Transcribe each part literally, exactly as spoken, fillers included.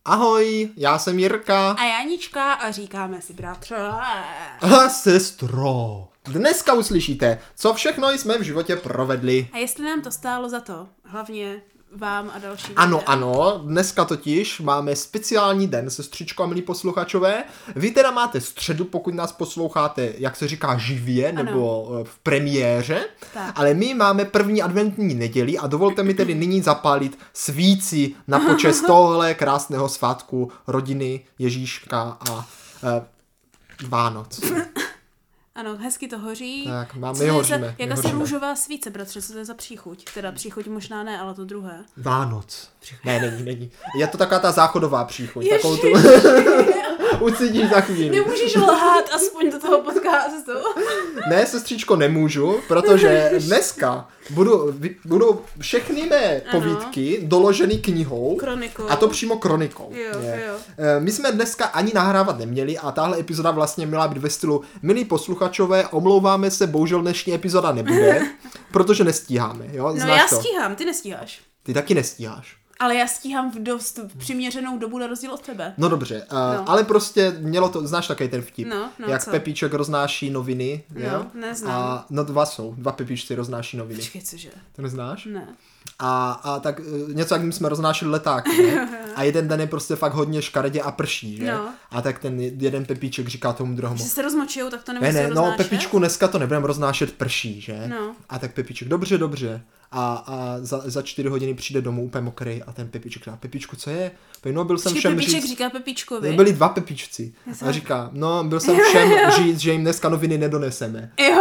Ahoj, já jsem Jirka. A Janička a říkáme si bratře. A sestro. Dneska uslyšíte, co všechno jsme v životě provedli. A jestli nám to stálo za to, hlavně vám a dalším. Ano, lidem. ano, dneska totiž máme speciální den, sestřičko a milí posluchačové. Vy teda máte středu, pokud nás posloucháte, jak se říká, živě, ano. nebo v premiéře. Tak. Ale my máme první adventní neděli a dovolte mi tedy nyní zapálit svíci na počest tohle krásného svátku rodiny Ježíška a e, Vánoc. Ano, hezky to hoří. Tak, máme, my hoříme. Jak asi růžová svíce, bratře, co to je za příchuť? Teda příchuť možná ne, ale to druhé. Vánoc. Ne, není, není. Je to taková ta záchodová příchuť. Takovou tu... Ucítíš za chvíli. Nemůžeš lhát aspoň do toho podcastu. Ne, sestřičko, nemůžu, protože dneska budu, budou všechny mé povídky ano. doloženy knihou. Kronikou. A to přímo kronikou. Jo, jo. My jsme dneska ani nahrávat neměli a tahle epizoda vlastně měla být ve stylu milí posluchačové, omlouváme se, bohužel dnešní epizoda nebude, protože nestíháme. Jo? No já to? stíhám, ty nestíháš. Ty taky nestíháš. Ale já stíhám v dost přiměřenou dobu na rozdíl od tebe. No dobře, uh, no. ale prostě mělo to, znáš takový ten vtip, no, no, jak co? Pepíček roznáší noviny, no, jo? Neznám. A, no dva jsou, dva Pepíčci roznáší noviny. Počkej, cože? To neznáš? Ne. A, a tak něco, jak my jsme roznášeli letáky, ne? A jeden den je prostě fakt hodně škaredě a prší, že? No. A tak ten jeden Pepíček říká tomu druhému. Že se rozmočujou, tak to nemusí ne, ne, roznášet? No Pepíčku, dneska to nebudeme roznášet, prší, že? No. A tak Pepíček, dobře, dobře. A, a za, za čtyři hodiny přijde domů úplně mokrý a ten Pepíček říká, Pepíčku, co je? No, byl jsem Počkej, všem Pepíček říct... říká Pepíčkovi. Byli dva Pepíčci. A říká, no, byl jsem všem říct, že jim dneska noviny nedoneseme. Jo.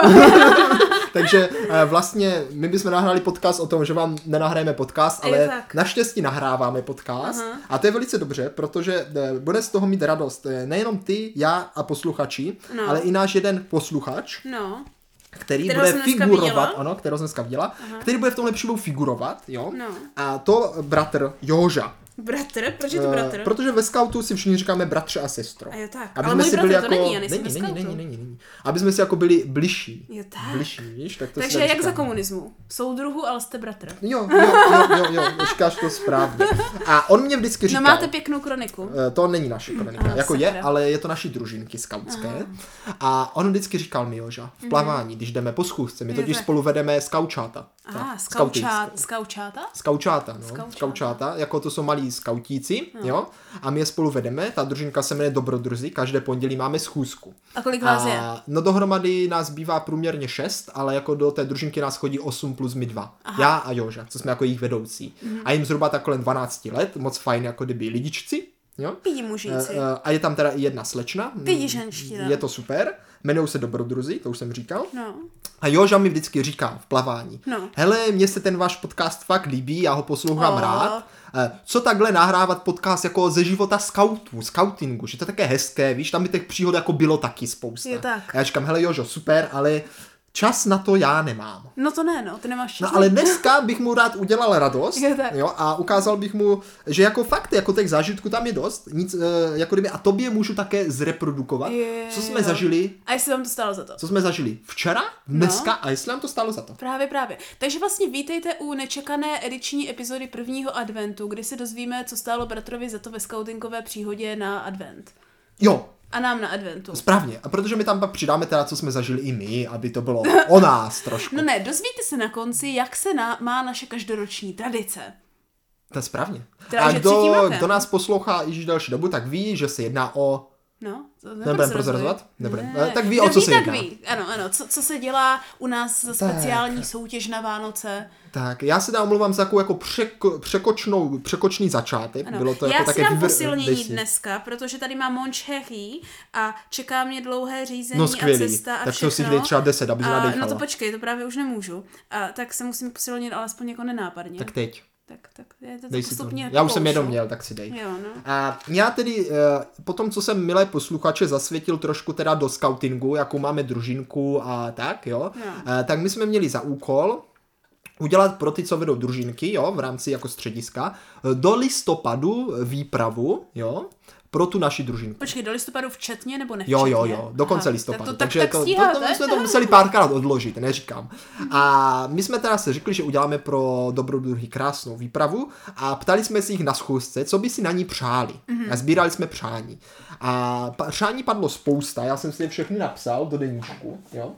Takže vlastně my bychom nahrali podcast o tom, že vám nenahrajeme podcast, ale naštěstí nahráváme podcast. Aha. A to je velice dobře, protože bude z toho mít radost nejenom ty, já a posluchači, no. ale i náš jeden posluchač. No. Který kterého bude figurovat, ano, kterého jsem dneska viděla, Aha. který bude v tomhle příběhu figurovat, jo. No. A to bratr Joža. Bratr? Proč je to bratr? Uh, protože ve skautu si všichni říkáme bratře a sestro. A jo tak. Aby ale jsme můj si bratr byli to jako... není, já nejsem není, ve není, skautu. není, není, není. Aby jsme si jako byli bližší. Jo tak. Bližší, víš? Tak to takže jak říkáme. Za komunismu. Soudruhu, ale jste bratr. Jo, jo, jo, jo, jo, říkáš to správně. A on mě vždycky říkal... No máte pěknou kroniku. To není naše kronika, Aha, jako sakra. Je, ale je to naší družinky skautské. Aha. A on vždycky říkal mi, Joža, v plavání, když jdeme po schůzce, my totiž spolu vedeme skaučáta. Aha, skaučáta? Skaučáta, no. Skaučáta, jako to jsou malí skautíci, no. jo. A my je spolu vedeme, ta družinka se jmenuje Dobrodruzi, každé pondělí máme schůzku. A kolik vás je? No dohromady nás bývá průměrně šest, ale jako do té družinky nás chodí osm plus my dva. Aha. Já a Joža, co jsme jako jejich vedoucí. Mm-hmm. A jim zhruba tak kolem dvanáct let, moc fajn jako kdyby lidičci. Jo? Pidi mužíci. A je tam teda i jedna slečna. Pidi ženština. Je to super. Jmenují se Dobrodruzi, to už jsem říkal. No. A Joža mi vždycky říká v plavání. No. Hele, mně se ten váš podcast fakt líbí, já ho poslouchám oh. rád. Co takhle nahrávat podcast jako ze života skautů, skautingu, že to je také hezké, víš, tam by těch příhod jako bylo taky spousta. Je tak. A já říkám, hele Jožo, super, ale čas na to já nemám. No to ne, no, ty nemáš čas. No ale dneska bych mu rád udělal radost, je tak. Jo, a ukázal bych mu, že jako fakt, jako těch zážitků tam je dost, nic, jako kdyby, a tobě můžu také zreprodukovat, je, co jsme jo. zažili. A jestli vám to stálo za to? Co jsme zažili včera, dneska no. a jestli nám to stálo za to. Právě, právě. Takže vlastně vítejte u nečekané ediční epizody prvního adventu, kdy se dozvíme, co stálo bratrovi za to ve skautingové příhodě na advent. Jo. A nám na adventu. Správně. A protože my tam pak přidáme teda, co jsme zažili i my, aby to bylo o nás trošku. No ne, dozvíte se na konci, jak se na, má naše každoroční tradice. To je správně. Teda, a kdo, kdo nás poslouchá již další dobu, tak ví, že se jedná o... No, nebudeme prozrazovat? Nebudeme. Ne. Tak ví, o co ví, se tak jedná. Ví. Ano, ano, co, co se dělá u nás za speciální tak. soutěž na Vánoce. Tak, já se dám omlouvám za takovou jako překo, překočnou, překočný začátek. Ano. Bylo to já jako si také dám vyvr... posilnění dneska, protože tady mám mončherí a čeká mě dlouhé řízení no, a cesta a tak všechno. Tak to si dej třeba deset, aby a, No to počkej, to právě už nemůžu. A tak se musím posilnit alespoň jako nenápadně. Tak teď. Tak, tak je to dej postupně. Já už jsem jednou měl, tak si dej. Jo, no. A já tedy, po tom, co jsem milé posluchače zasvětil trošku teda do skautingu, jakou máme družinku a tak, jo, jo. tak my jsme měli za úkol udělat pro ty, co vedou družinky, jo, v rámci jako střediska, do listopadu výpravu, jo, pro tu naši družinku. Počkej, do listopadu včetně nebo nevčetně? Jo, jo, jo, do konce Aha, listopadu. Tak to, Takže tak, tak to, to, to, my jsme to museli párkrát odložit, neříkám. A my jsme teda se řekli, že uděláme pro dobrodruhy krásnou výpravu a ptali jsme si jich na schůzce, co by si na ní přáli. Mm-hmm. A sbírali jsme přání. A přání padlo spousta, já jsem si je všechny napsal do deníčku, jo.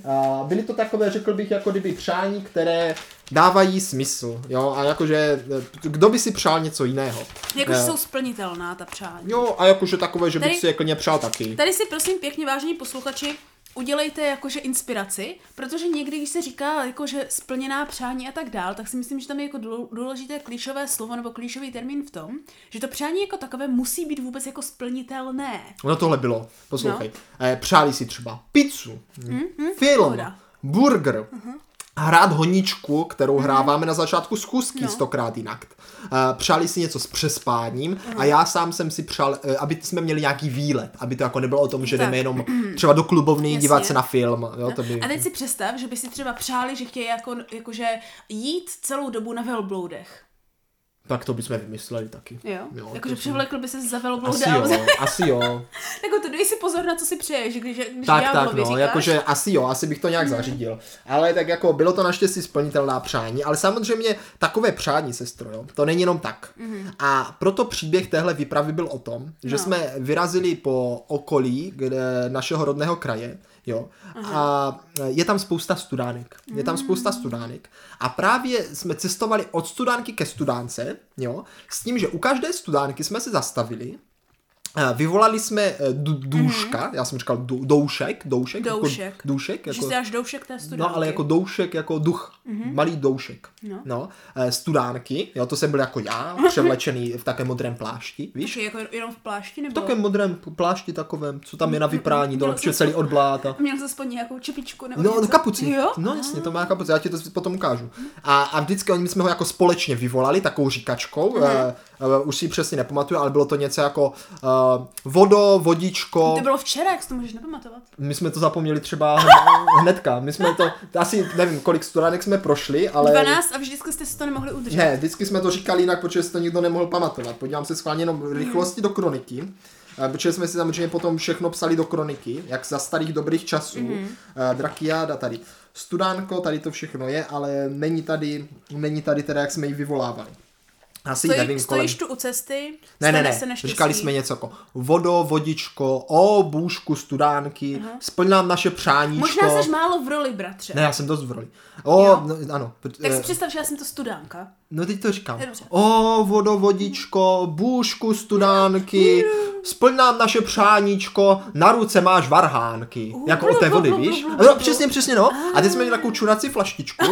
A byly to takové, řekl bych, jako kdyby přání, které dávají smysl, jo, a jakože, kdo by si přál něco jiného. Jakože jsou splnitelná ta přání. Jo, a jakože takové, že tady, bych si je klidně přál taky. Tady si prosím pěkně, vážení posluchači, udělejte jakože inspiraci, protože někdy, když se říká jakože splněná přání a tak dál, tak si myslím, že tam je jako důležité klíčové slovo nebo klíčový termín v tom, že to přání jako takové musí být vůbec jako splnitelné. No tohle bylo, poslouchej. No. Eh, přáli si třeba pizzu, mm-hmm, film, pohoda. burger, uh-huh. hrát honičku, kterou uh-huh. hráváme na začátku schůzky no. stokrát jinak. Uh, přáli si něco s přespáním uh-huh. a já sám jsem si přál, uh, aby jsme měli nějaký výlet, aby to jako nebylo o tom, že tak. jdeme jenom třeba do klubovny dívat se na film. Jo, to by... A teď si představ, že by si třeba přáli, že chtějí jako, jakože jít celou dobu na velbloudech. Tak to bychom vymysleli taky. Jo, jo jakože převlekl by se za velblouda. Asi jo, asi jo. Tak to dej si pozor na co si přeješ, když, když tak, tak, no, říkáš. jakože asi jo, asi bych to nějak hmm. zařídil. Ale tak jako bylo to naštěstí splnitelná přání, ale samozřejmě takové přání, sestro, jo, to není jenom tak. Hmm. A proto příběh téhle výpravy byl o tom, že no. jsme vyrazili po okolí kde, našeho rodného kraje, jo, Aha. a je tam spousta studánek. Je tam spousta studánek. A právě jsme cestovali od studánky ke studánce, jo, s tím, že u každé studánky jsme se zastavili, vyvolali jsme důška, mm-hmm. já jsem říkal doušek, doušek, doušek. Jako doušek, jako, že jsi dáš doušek té studánky. No, ale jako doušek, jako duch, mm-hmm. malý doušek, no. no, studánky, jo, to jsem byl jako já, převlečený v takém modrém plášti, víš? Takže jako jenom v plášti, nebo? V takovém modrém plášti takovém, co tam je na vyprání, dole, protože celý od bláta. Měl jsi aspoň nějakou čepičku, nebo no, něco? kapuci, jo? no jasně, to má kapuci, já ti to potom ukážu. A, a vždycky oni jsme ho jako společně vyvolali, takovou říkačkou, mm-hmm. uh, uh, už si přesně nepamatuju, ale bylo to něco jako uh, vodo, vodičko. To bylo včera, jak si to můžeš nepamatovat? My jsme to zapomněli třeba hnedka. My jsme to, asi nevím, kolik studánek jsme prošli, ale... dvanáct a vždycky jste si to nemohli udržet. Ne, vždycky jsme to říkali jinak, protože si to nikdo nemohl pamatovat. Podívám se schválně jenom rychlosti do kroniky. Protože jsme si samozřejmě potom všechno psali do kroniky, jak za starých dobrých časů. Mm-hmm. Drakiáda tady. Studánko, tady to všechno je, ale není tady, není tady teda, jak jsme ji vyvolávali. Asi Stojí, nevím, stojíš kolem... tu u cesty, ne, ne, ne, říkali jsme něco jako vodo, vodičko, o bůžku, studánky, uh-huh. splň nám naše přáníčko. Možná jsi málo v roli, bratře. Ne, já jsem dost v roli. O, no, ano. Tak si představ, že já jsem to studánka. No teď to říkám. O, vodo, vodičko, bůžku, studánky, splň nám naše přáníčko, na ruce máš varhánky. Uh, jako od té vody, víš? No, přesně, přesně, no. A teď jsme měli takovou čurací flaštičku.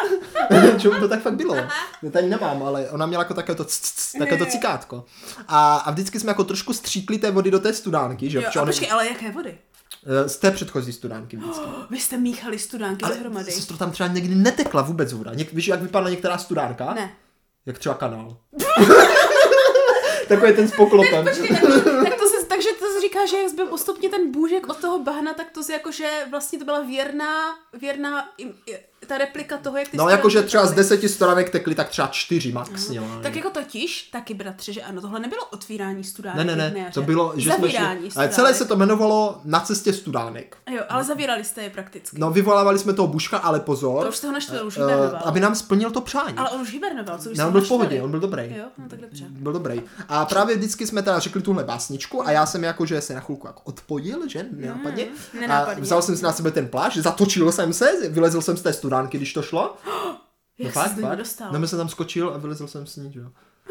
Čemu to tak fakt bylo? To tady nemám, ale ona měla jako také to, také to cikátko. A, a vždycky jsme jako trošku stříkli té vody do té studánky, že? Jo, a počkej, ale jaké vody? Z té předchozí studánky vždycky. Oh, vy jste míchali studánky dohromady. Ale sestro, tam třeba někdy netekla vůbec voda. Něk, víš, jak vypadala některá studánka? Ne. Jak třeba kanál. Takový ten s poklopem. Ne, počkej, tak, tak to se, takže to se říká, že jak zbyl postupně ten bůžek od toho bahna, tak to se jakože vlastně to byla věrná, věrná ta replika toho, jak ty no jakože třeba z deseti studánek tekly tak třeba čtyři maximálně. Tak jako totiž, taky bratře, že ano, tohle nebylo otvírání studánek. Ne, ne, ne, ne to bylo, že jsme šli, ale celé se to jmenovalo Na cestě studánek. Jo, ale zavírali jste je prakticky. No, vyvolávali jsme toho buška, ale pozor. To už toho naštvil, už hibernoval. Aby nám splnil to přání. Ale on už hibernoval, co už ne, on byl v pohodě, on byl dobrý. Jo, no tak dobře. Byl dobrý. A právě vždycky jsme teda řekli tuhle básničku a já jsem jakože se na chvilku jako odpojil, že? Nenápadně. Mm, a vzal jsem si na sebe ten plášť, zatočil jsem se, vylezl jsem z té studánky, když to šlo. Jak no jsi se do ní dostal? No, my jsem tam skočil a vylezl jsem s ní, jo.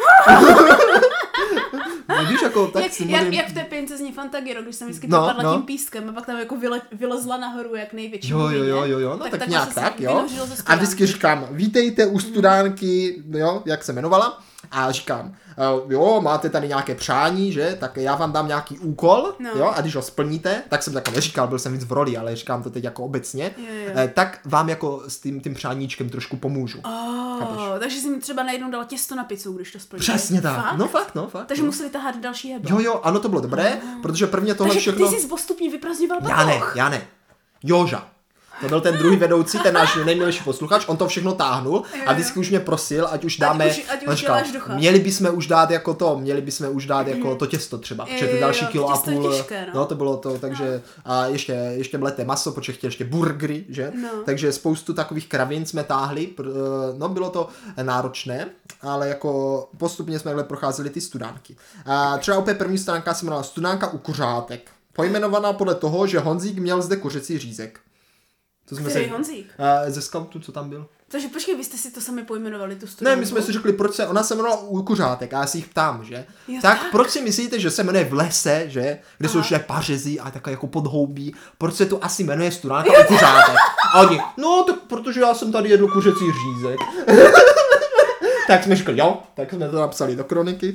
No, víš, jako, tak jak, si jak, modrým... jak v té princezně Fantagiro, když jsem vždycky no, propadla no. tím pískem a pak tam jako vyle, vylezla nahoru jak největší. Jo, jo, jo, jo, jo, no tak, tak, tak nějak tak, jo. A vždycky říkám, vítejte u studánky, jo, jak se jmenovala. A říkám, jo, máte tady nějaké přání, že? Tak já vám dám nějaký úkol, no. jo, a když ho splníte, tak jsem to jako neříkal, byl jsem víc v roli, ale říkám to teď jako obecně, jo, jo. tak vám jako s tím, tím přáníčkem trošku pomůžu. Oh, takže jsi mi třeba najednou dal těsto na pizzu, když to splníte. Přesně tak, fakt? no fakt, no fakt. Takže no. museli tahat další jedno. Jo, jo, ano, to bylo dobré, oh. protože prvně tohle takže všechno... ty jsi postupně vyprázdňoval batoh. Já ne, já ne. Joža. To byl ten druhý vedoucí, ten náš nejmilejší posluchač, on to všechno táhnul a vždycky už mě prosil, ať už dáme, ať už, ať už říkal, měli bychom už dát jako to, měli bychom už dát jako to těsto třeba, protože ty další kilo a půl, těžké, no. no to bylo to, takže a ještě, ještě mleté maso, protože chtěl ještě burgery, že, no. takže spoustu takových kravin jsme táhli, no bylo to náročné, ale jako postupně jsme takhle procházeli ty studánky. A třeba opět první studánka se jmenovala Studánka u kuřátek. Pojmenovaná podle toho, že Honzík měl zde kuřecí řízek. To jsme Který se... Honzík? Uh, ze skautu, co tam byl. Takže počkej, vy jste si to sami pojmenovali, tu studánku? Ne, my jsme si řekli, proč se, ona se jmenovala u kuřátek a já si jich ptám, že? Jo, tak, tak proč si myslíte, že se jmenuje v lese, že? Kde Aha. jsou všude pařezí a takové jako podhoubí. Proč se to asi jmenuje Studánka u kuřátek? A oni, no tak protože já jsem tady jedl kuřecí řízek. Tak jsme řekli, jo, tak jsme to napsali do kroniky.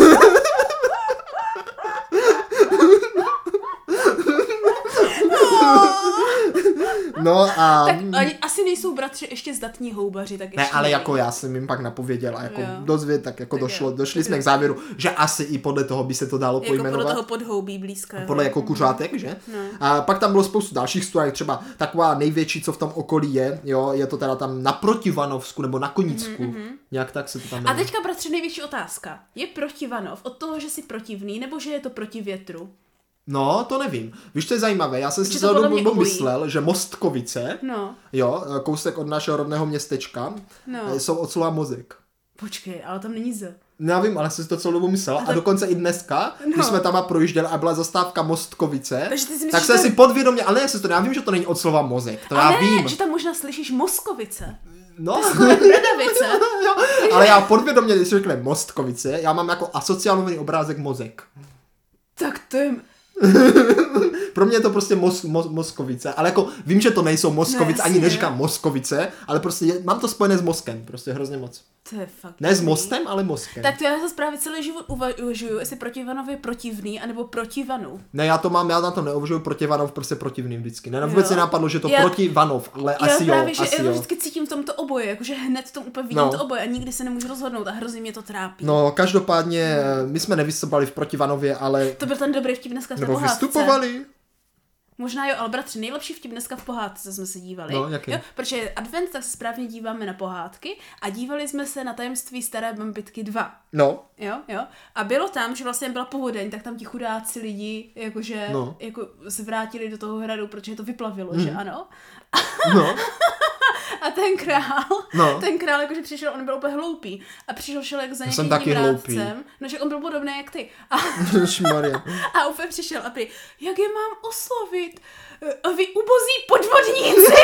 No a... Tak ani, asi nejsou bratři ještě zdatní houbaři, tak ještě Ne, ale nejde. Jako já jsem jim pak napověděl a jako jo. dozvěd, tak jako tak došlo, jo. došli tak jsme jo. k závěru, že asi i podle toho by se to dalo jako pojmenovat. Podle toho podhoubí blízkého. Podle jako kuřátek, že? No. A pak tam bylo spoustu dalších studánek, třeba taková největší, co v tom okolí je, jo, je to teda tam na Protivanovsku nebo na Konicku, mm-hmm. nějak tak se to tam jmenuje. A teďka, bratře, největší otázka. Je Protivanov od toho, že jsi protivný, nebo že je to proti větru? No, to nevím. Víš, co je zajímavé? Já jsem si za dobu myslel, že Mostkovice, no. jo, kousek od našeho rodného městečka, no. jsou od slova mozek. Počkej, ale tam není z. Já vím, ale jsem si to celou dobu myslel. A, tak... a dokonce i dneska, no. když jsme tam projížděli a byla zastávka Mostkovice, myslíš, tak jsem si ten... podvědomě, ale ne, to, já vím, že to není od slova mozek, to ale já vím. Ne, že tam možná slyšíš Moskovice. No, jo, ale já podvědomě, když řekne Mostkovice, já mám jako asociálovaný obrázek mozek. Tak to je... Pro mě je to prostě mos, mos, Moskovice, ale jako vím, že to nejsou Moskovice, ne, ani neříkám Moskovice, ale prostě je, mám to spojené s mozkem, prostě hrozně moc. To je fakt. Ne s mostem, ale mozkem. Tak to já se právě celý život uvažuju, jestli proti Vanovi je protivný, anebo proti Vanu. Ne, já to mám, já na to neuvažuju, proti Vanov, prostě protivný vždycky. Ne, vůbec se napadlo, že to já, proti Vanov, ale já asi právě, jo, že asi já jo. vždycky cítím v tomto oboje, jakože hned v tom úplně vidím no. to oboje a nikdy se nemůžu rozhodnout a hrozně mě to trápí. No, každopádně my jsme nevystupovali v proti Vanově, ale... To byl ten dobrý vtip dneska v Nebo vystupovali. Možná jo, ale bratři, nejlepší vtip dneska v pohádce jsme se dívali. No, jaký? Jo, protože je advent, tak se správně díváme na pohádky a dívali jsme se na Tajemství staré bambitky dva. No. Jo, jo. A bylo tam, že vlastně byla povodeň, tak tam ti chudáci lidi jakože no. jako se vrátili do toho hradu, protože to vyplavilo, mm. že ano. No. A ten král, no. ten král jakože přišel, on byl úplně hloupý a přišel člověk za nějakým taky vrátcem, no že on byl podobný jak ty. A, a úplně přišel a prý, jak je mám oslovit? A vy ubozí podvodníci!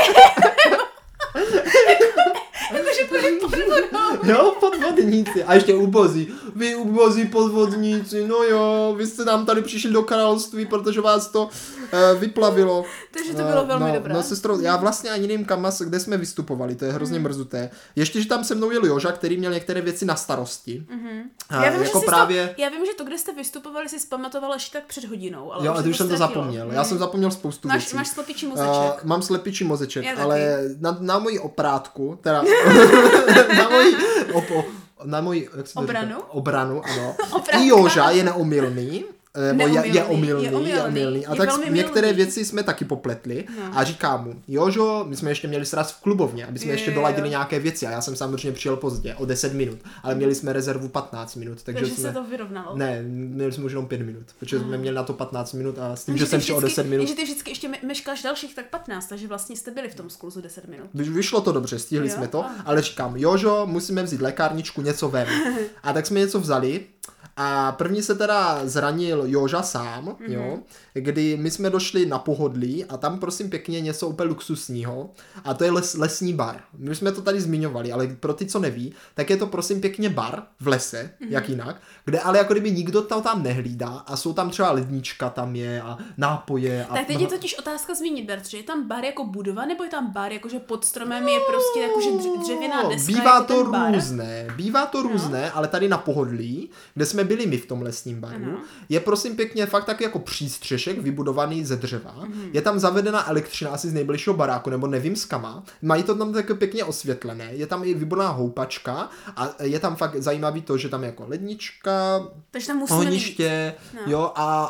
Jakože byli podvodnou. Jo, podvodníci. A ještě ubozí. Vy ubozí podvodníci, no jo, vy jste nám tady přišli do království, protože vás to uh, vyplavilo. Takže to bylo velmi no, dobré. No sestro, já vlastně ani nevím, kam, kde jsme vystupovali, to je hrozně mm. mrzuté. Ještě, že tam se mnou jel Joža, který měl některé věci na starosti. Mm-hmm. Uh, já, vím, jako že právě... to, já vím, že to, kde jste vystupovali, si zpamatoval až tak před hodinou. Ale jo, už a ty už jsem to zapomněl. Mm. Já jsem zapomněl spoustu máš, věcí. Máš slepičí mozeček. Uh, mám slepičí mozeček, já ale na, na moji oprátku, teda na moji opo, na moji jak se obranu? Říká? Obranu, ano. I Joža je neomylný. Je, je omylný, je omylný, je omylný. A je tak některé milný. Věci jsme taky popletli no. a říkám mu, Jožo, my jsme ještě měli sraz v klubovně, aby jsme je, ještě doladili je, nějaké věci a já jsem samozřejmě přijel pozdě, o deset minut, ale měli jsme rezervu patnáct minut. Takže, takže jsme, se to vyrovnalo? Ne, měli jsme už jenom pět minut, protože jsme měli na to patnáct minut a s tím, že, že jsem přijel o deset minut. Takže ty vždycky ještě meškáš dalších tak patnáct, takže vlastně jste byli v tom skluzu deset minut. Vyšlo to dobře, stihli jo? jsme to, ale říkám, Jožo, musíme vzít lékárničku, něco vem. A tak jsme něco vzali. A první se teda zranil Joža sám, mm-hmm. jo, kdy my jsme došli na Pohodlí a tam prosím pěkně něco úplně luxusního a to je les, lesní bar. My jsme to tady zmiňovali, ale pro ty, co neví, tak je to prosím pěkně bar v lese, mm-hmm. jak jinak, kde ale jako kdyby nikdo to tam nehlídá a jsou tam třeba lednička tam je a nápoje. A... Tak teď je totiž otázka zmínit, Bertře, je tam bar jako budova nebo je tam bar jakože pod stromem je prostě jakože dřevěná deska? Bývá jako to ten různé, bar? bývá to různé, no. Ale tady na Pohodlí, kde jsme byli my v tom lesním baru, ano. Je prosím pěkně fakt taky jako přístřešek vybudovaný ze dřeva. Mm. Je tam zavedená elektřina asi z nejbližšího baráku, nebo nevím z kama. Mají to tam tak pěkně osvětlené. Je tam i výborná houpačka a je tam fakt zajímavý to, že tam je jako lednička, takže tam musíme ohniště, no. Jo, a A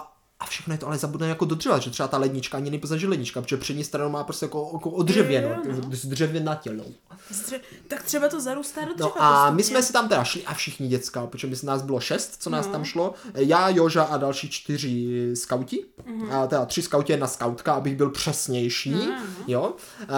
všechno je to ale zabudné jako do dřeva, že třeba ta lednička ani nejpoznat, že lednička, protože přední stranu má prostě jako, jako odřevěno, no. z dřevěnatělou. Zdře... Tak třeba to zarůstá do dřeva. No a postupně. My jsme si tam teda šli a všichni děcka, protože my nás bylo šest, co nás no. tam šlo. Já, Joža a další čtyři skauti. Mm-hmm. A teda tři skauti, jedna skautka, abych byl přesnější. Mm-hmm. Jo.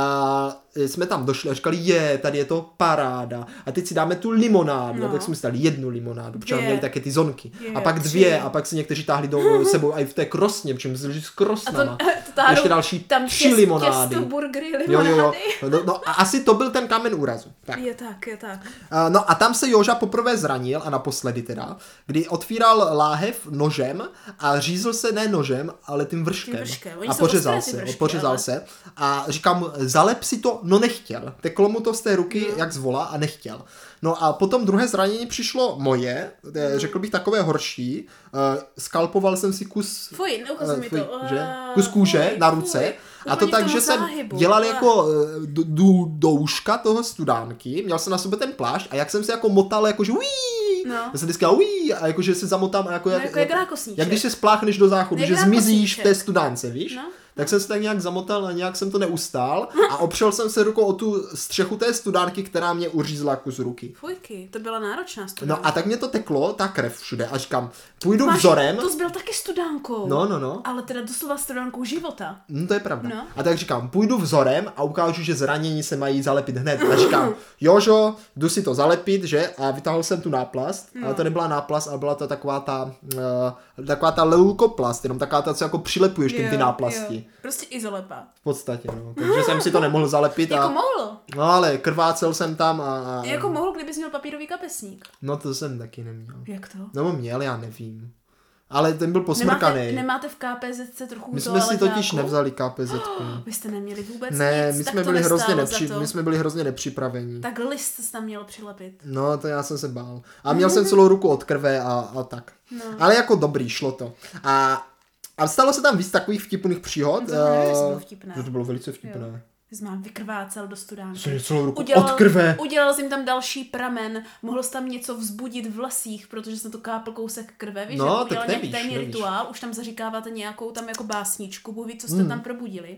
A jsme tam došli a říkali, je, tady je to paráda. A teď si dáme tu limonádu. No. A tak jsme si dali jednu limonádu, protože měli také ty zonky. Je, a pak dvě. Tři. A pak si někteří táhli do sebou i v té krosně, protože my jsme žili s krosnama. To, to ještě další tam tři těst, limonády. Burgery, limonády. Jo, jo, jo. No, no a asi to byl ten kámen úrazu. Tak. Je tak, je tak. Uh, no a tam se Joža poprvé zranil, a naposledy teda, kdy otvíral láhev nožem a řízl se ne nožem, ale tím vrškem. Tím vrškem. A pořezal se, vršky, pořezal ale... se. A říkám, zalep si to, no nechtěl. Teklo mu to z té ruky, no. jak z vola, a nechtěl. No a potom druhé zranění přišlo moje, řekl bych takové horší. Uh, skalpoval jsem si kus... Fuj, neukazuj uh, mi to. Uh, že? Kus kůže fuj, na ruce. Fuj. A to tak, že jsem dělal jako uh, douška toho studánky, měl jsem na sobě ten plášť a jak jsem se jako motal, jakože uí, no. Já jsem vždycky uí, a jakože se zamotám a jako, no, jak, jako jak, jak, jak když se spláchneš do záchodu, že zmizíš v té studánce, víš? No. Tak jsem se tak nějak zamotal a nějak jsem to neustál a opřel jsem se rukou o tu střechu té studánky, která mě uřízla kus ruky. Fujky, to byla náročná studánka. No a tak mě to teklo, ta krev všude a říkám, půjdu Máš, vzorem. To jsi byl taky studánkou. No, no, no. Ale teda doslova studánkou života. No to je pravda. No. A tak říkám, půjdu vzorem a ukážu, že zranění se mají zalepit hned. A říkám, Jožo, jdu si to zalepit, že? A vytáhl jsem tu náplast, no. Ale to nebyla náplast, ale byla to taková ta, uh, taková ta leukoplast, jenom taková ta, co jako přilepuješ tím ty náplasti. Jo. Prostě izolepa. V podstatě, no. Takže jsem si to nemohl zalepit. Jako a... mohl. No ale krvácel jsem tam a... a... Jako mohl, kdybys měl papírový kapesník. No to jsem taky neměl. Jak to? No měl, já nevím. Ale ten byl posmrkaný. Nemáte, nemáte v K P Z C trochu My jsme si totiž nevzali K P Z ku. Oh, vy jste neměli vůbec ne, nic, my tak jsme, to byli hrozně nepři... to. my jsme byli hrozně nepřipravení. Tak list jsi tam měl přilepit. No, to já jsem se bál. A měl jsem celou ruku od krve a, a tak. No. Ale jako dobrý, šlo to. A, a stalo se tam víc takových vtipných příhod. To nevím, uh, bylo vtipné. To bylo velice vtipné. Jo. Jsi mám vykrvácel do studánky. Jsem celou ruku udělal, od krve. Udělal jsi jim tam další pramen, mohl jsi tam něco vzbudit v vlasích, protože jsi na to kápl kousek krve, víš, no, že udělal nevíš, nějaký tajný rituál, už tam zaříkáváte nějakou tam jako básničku, Bůh ví, co jste hmm. tam probudili.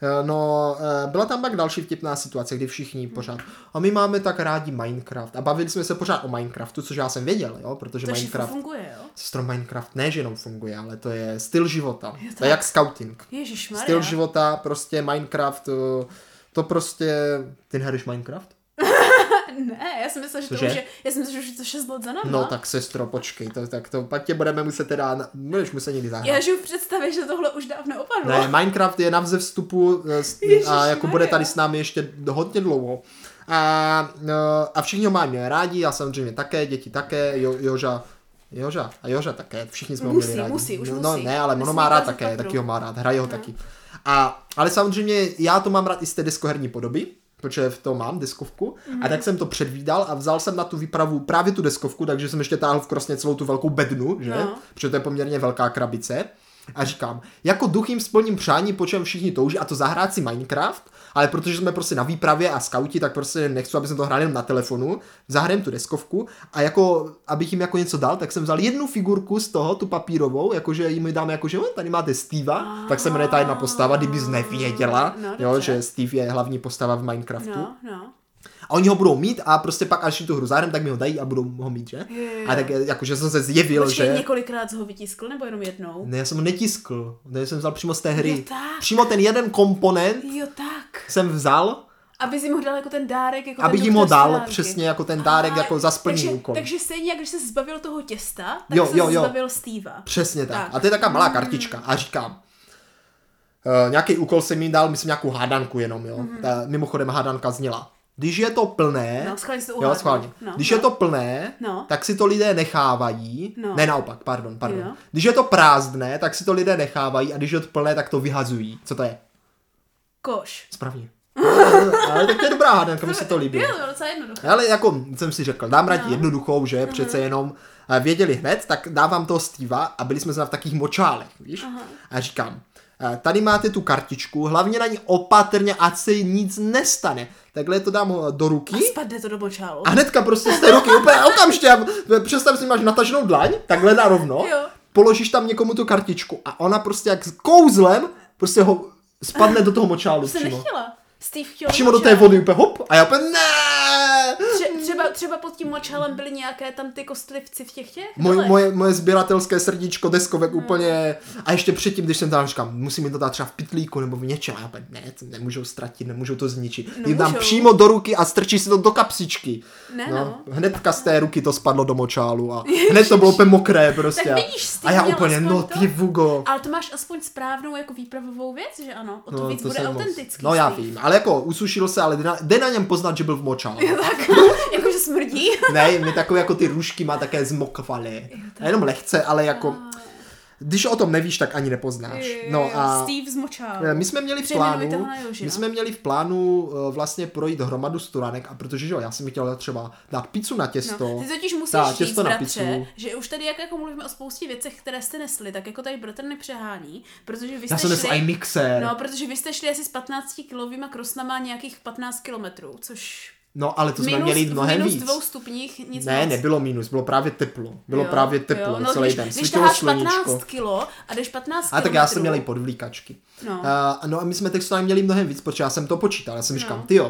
No, byla tam pak další vtipná situace, kdy všichni pořád, a my máme tak rádi Minecraft a bavili jsme se pořád o Minecraftu, což já jsem věděl, jo, protože to Minecraft funguje, jo? Sestro, Minecraft ne, že jenom funguje, ale to je styl života. Je to je jak scouting. Ježišmarja. Styl života, prostě Minecraft, to prostě, ty nehraješ Minecraft? Ne, já si myslím, že to už je, já si myslím, že to šest let za náma. No tak sestro, počkej, to, tak to, pak tě budeme muset teda, budeš muset někdy zahrát. Já žiju v představě, že tohle už dávno opadlo. Ne, Minecraft je na vzestupu a jako bude tady s námi ještě hodně dlouho. A, a všichni ho máme rádi, já samozřejmě také, děti také, jo, Joža, Joža a Joža také, všichni jsme ho měli rádi. Musí, už no, musí. Ne, ale ono má rád také, taky ho má rád, hraje ho no. taky. A, ale samozřejmě já to mám rád i z té deskoherní podoby, protože v tom mám deskovku mm. a tak jsem to předvídal a vzal jsem na tu výpravu právě tu deskovku, takže jsem ještě táhl v krosně celou tu velkou bednu, že? No. Protože to je poměrně velká krabice. A říkám, jako duch jim splním přání, po čem všichni touží, a to zahrát si Minecraft, ale protože jsme prostě na výpravě a skauti, tak prostě nechci, aby jsme to hráli jenom na telefonu, zahrajem tu deskovku a jako, abych jim jako něco dal, tak jsem vzal jednu figurku z toho, tu papírovou, jakože jim dám jakože, tady máte Steva, tak se jmenuje ta jedna postava, kdybys nevěděla, no, jo, že Steve je hlavní postava v Minecraftu. No, no. A oni ho budou mít a prostě pak až tu hru zahrám, tak mi ho dají a budou ho mít, že? Je, je. A tak jakože jsem se zjevil, Počkej, že... několikrát ho vytiskl nebo jenom jednou? Ne, já jsem ho netiskl, ne, jsem vzal přímo z té hry. Jo, tak. Přímo ten jeden komponent jo, tak. jsem vzal. Aby jsi mu dal jako ten dárek, jako Abych ten jim ho dal stránky. Přesně jako ten dárek, a, jako za splněný úkol. Takže stejně, jak když se zbavil toho těsta, tak jo, se jo, jo. zbavil Steva. Přesně tak. tak. A to je taková malá kartička. A říkám, uh, nějaký úkol jsem jim dal, myslím nějakou hádanku jenom, jo. Mm-hmm. Ta, mimochodem hádanka zněla. Když je to plné, no, schválně to jo, schválně. No, když no. je to plné, no. tak si to lidé nechávají, no. ne naopak, pardon, pardon. Jo. Když je to prázdné, tak si to lidé nechávají a když je to plné, tak to vyhazují. Co to je? Koš. Správně. Ale tak to je dobrá hádanka, mi se to líbilo. Jo, to je docela jednoduché. Ale jako jsem si řekl, dám rád no. jednoduchou, že uh-huh. přece jenom věděli hned, tak dávám toho Steva a byli jsme v takých močálech, víš? Uh-huh. A říkám, tady máte tu kartičku, hlavně na ní opatrně, ať se nic nestane. Takhle to dám do ruky. A spadne to do močálu. A hnedka prostě z té ruky úplně okamžitě, představ si, máš nataženou dlaň, takhle na rovno. Jo. položíš tam někomu tu kartičku a ona prostě jak kouzlem prostě ho spadne do toho močálu přímo. Jsi nechtěla. Steve chtěl přímo močál. Do té vody úplně hop a já úplně ne. Tře- třeba, třeba pod tím močálem byly nějaké tam ty kostlivci v těch těch? Moj, moje, moje sběratelské srdíčko deskovek hmm. úplně a ještě předtím, když jsem tam říkal, musím mi to dát třeba v pytlíku nebo v něčem a já úplně ne, to nemůžou ztratit, nemůžou to zničit. No, jim dám přímo do ruky a strčí si to do kapsičky. Ne, no. no. Hnedka z té ruky to spadlo do močálu a hned to bylo úplně mokré prostě. Tak vidíš, a já úplně, no ty vugo. Ale to máš aspoň správnou jako výpravovou věc, že ano? O to no, víc to bude autentický. No já vím, ale jako usušil se, ale jde na něm poznat, že byl v močálu. Tak, jakože smrdí. Ne, my takové jako ty růžky má také zmokvalé. Jenom lehce, ale jako... Když o tom nevíš, tak ani nepoznáš. No a Steve zmočál. My jsme měli v plánu, my jsme měli v plánu vlastně projít hromadu sturánek a protože že jo, já jsem chtěl třeba dát pizzu na těsto. No, ty totiž musíš říct, bratře, že už tady jak jako mluvíme o spoustě věcech, které jste nesli, tak jako tady bratr nepřehání, protože vy jste já jsem šli, i mixér. No, protože vy jste šli asi s patnáctikilovýma krosnama nějakých patnáct kilometrů, což No, ale to minus, jsme měli mnohem minus víc. dvou stupních, nic Ne, moc. nebylo minus, bylo právě teplo. Bylo jo, právě teplo jo. No, celý když, den. Když taháš patnáct kilo a jdeš patnáct A tak já jsem měl i podvlíkačky. No. Uh, no a my jsme textovaně měli mnohem víc, protože já jsem to počítal. Já jsem no. říkal, tyjo,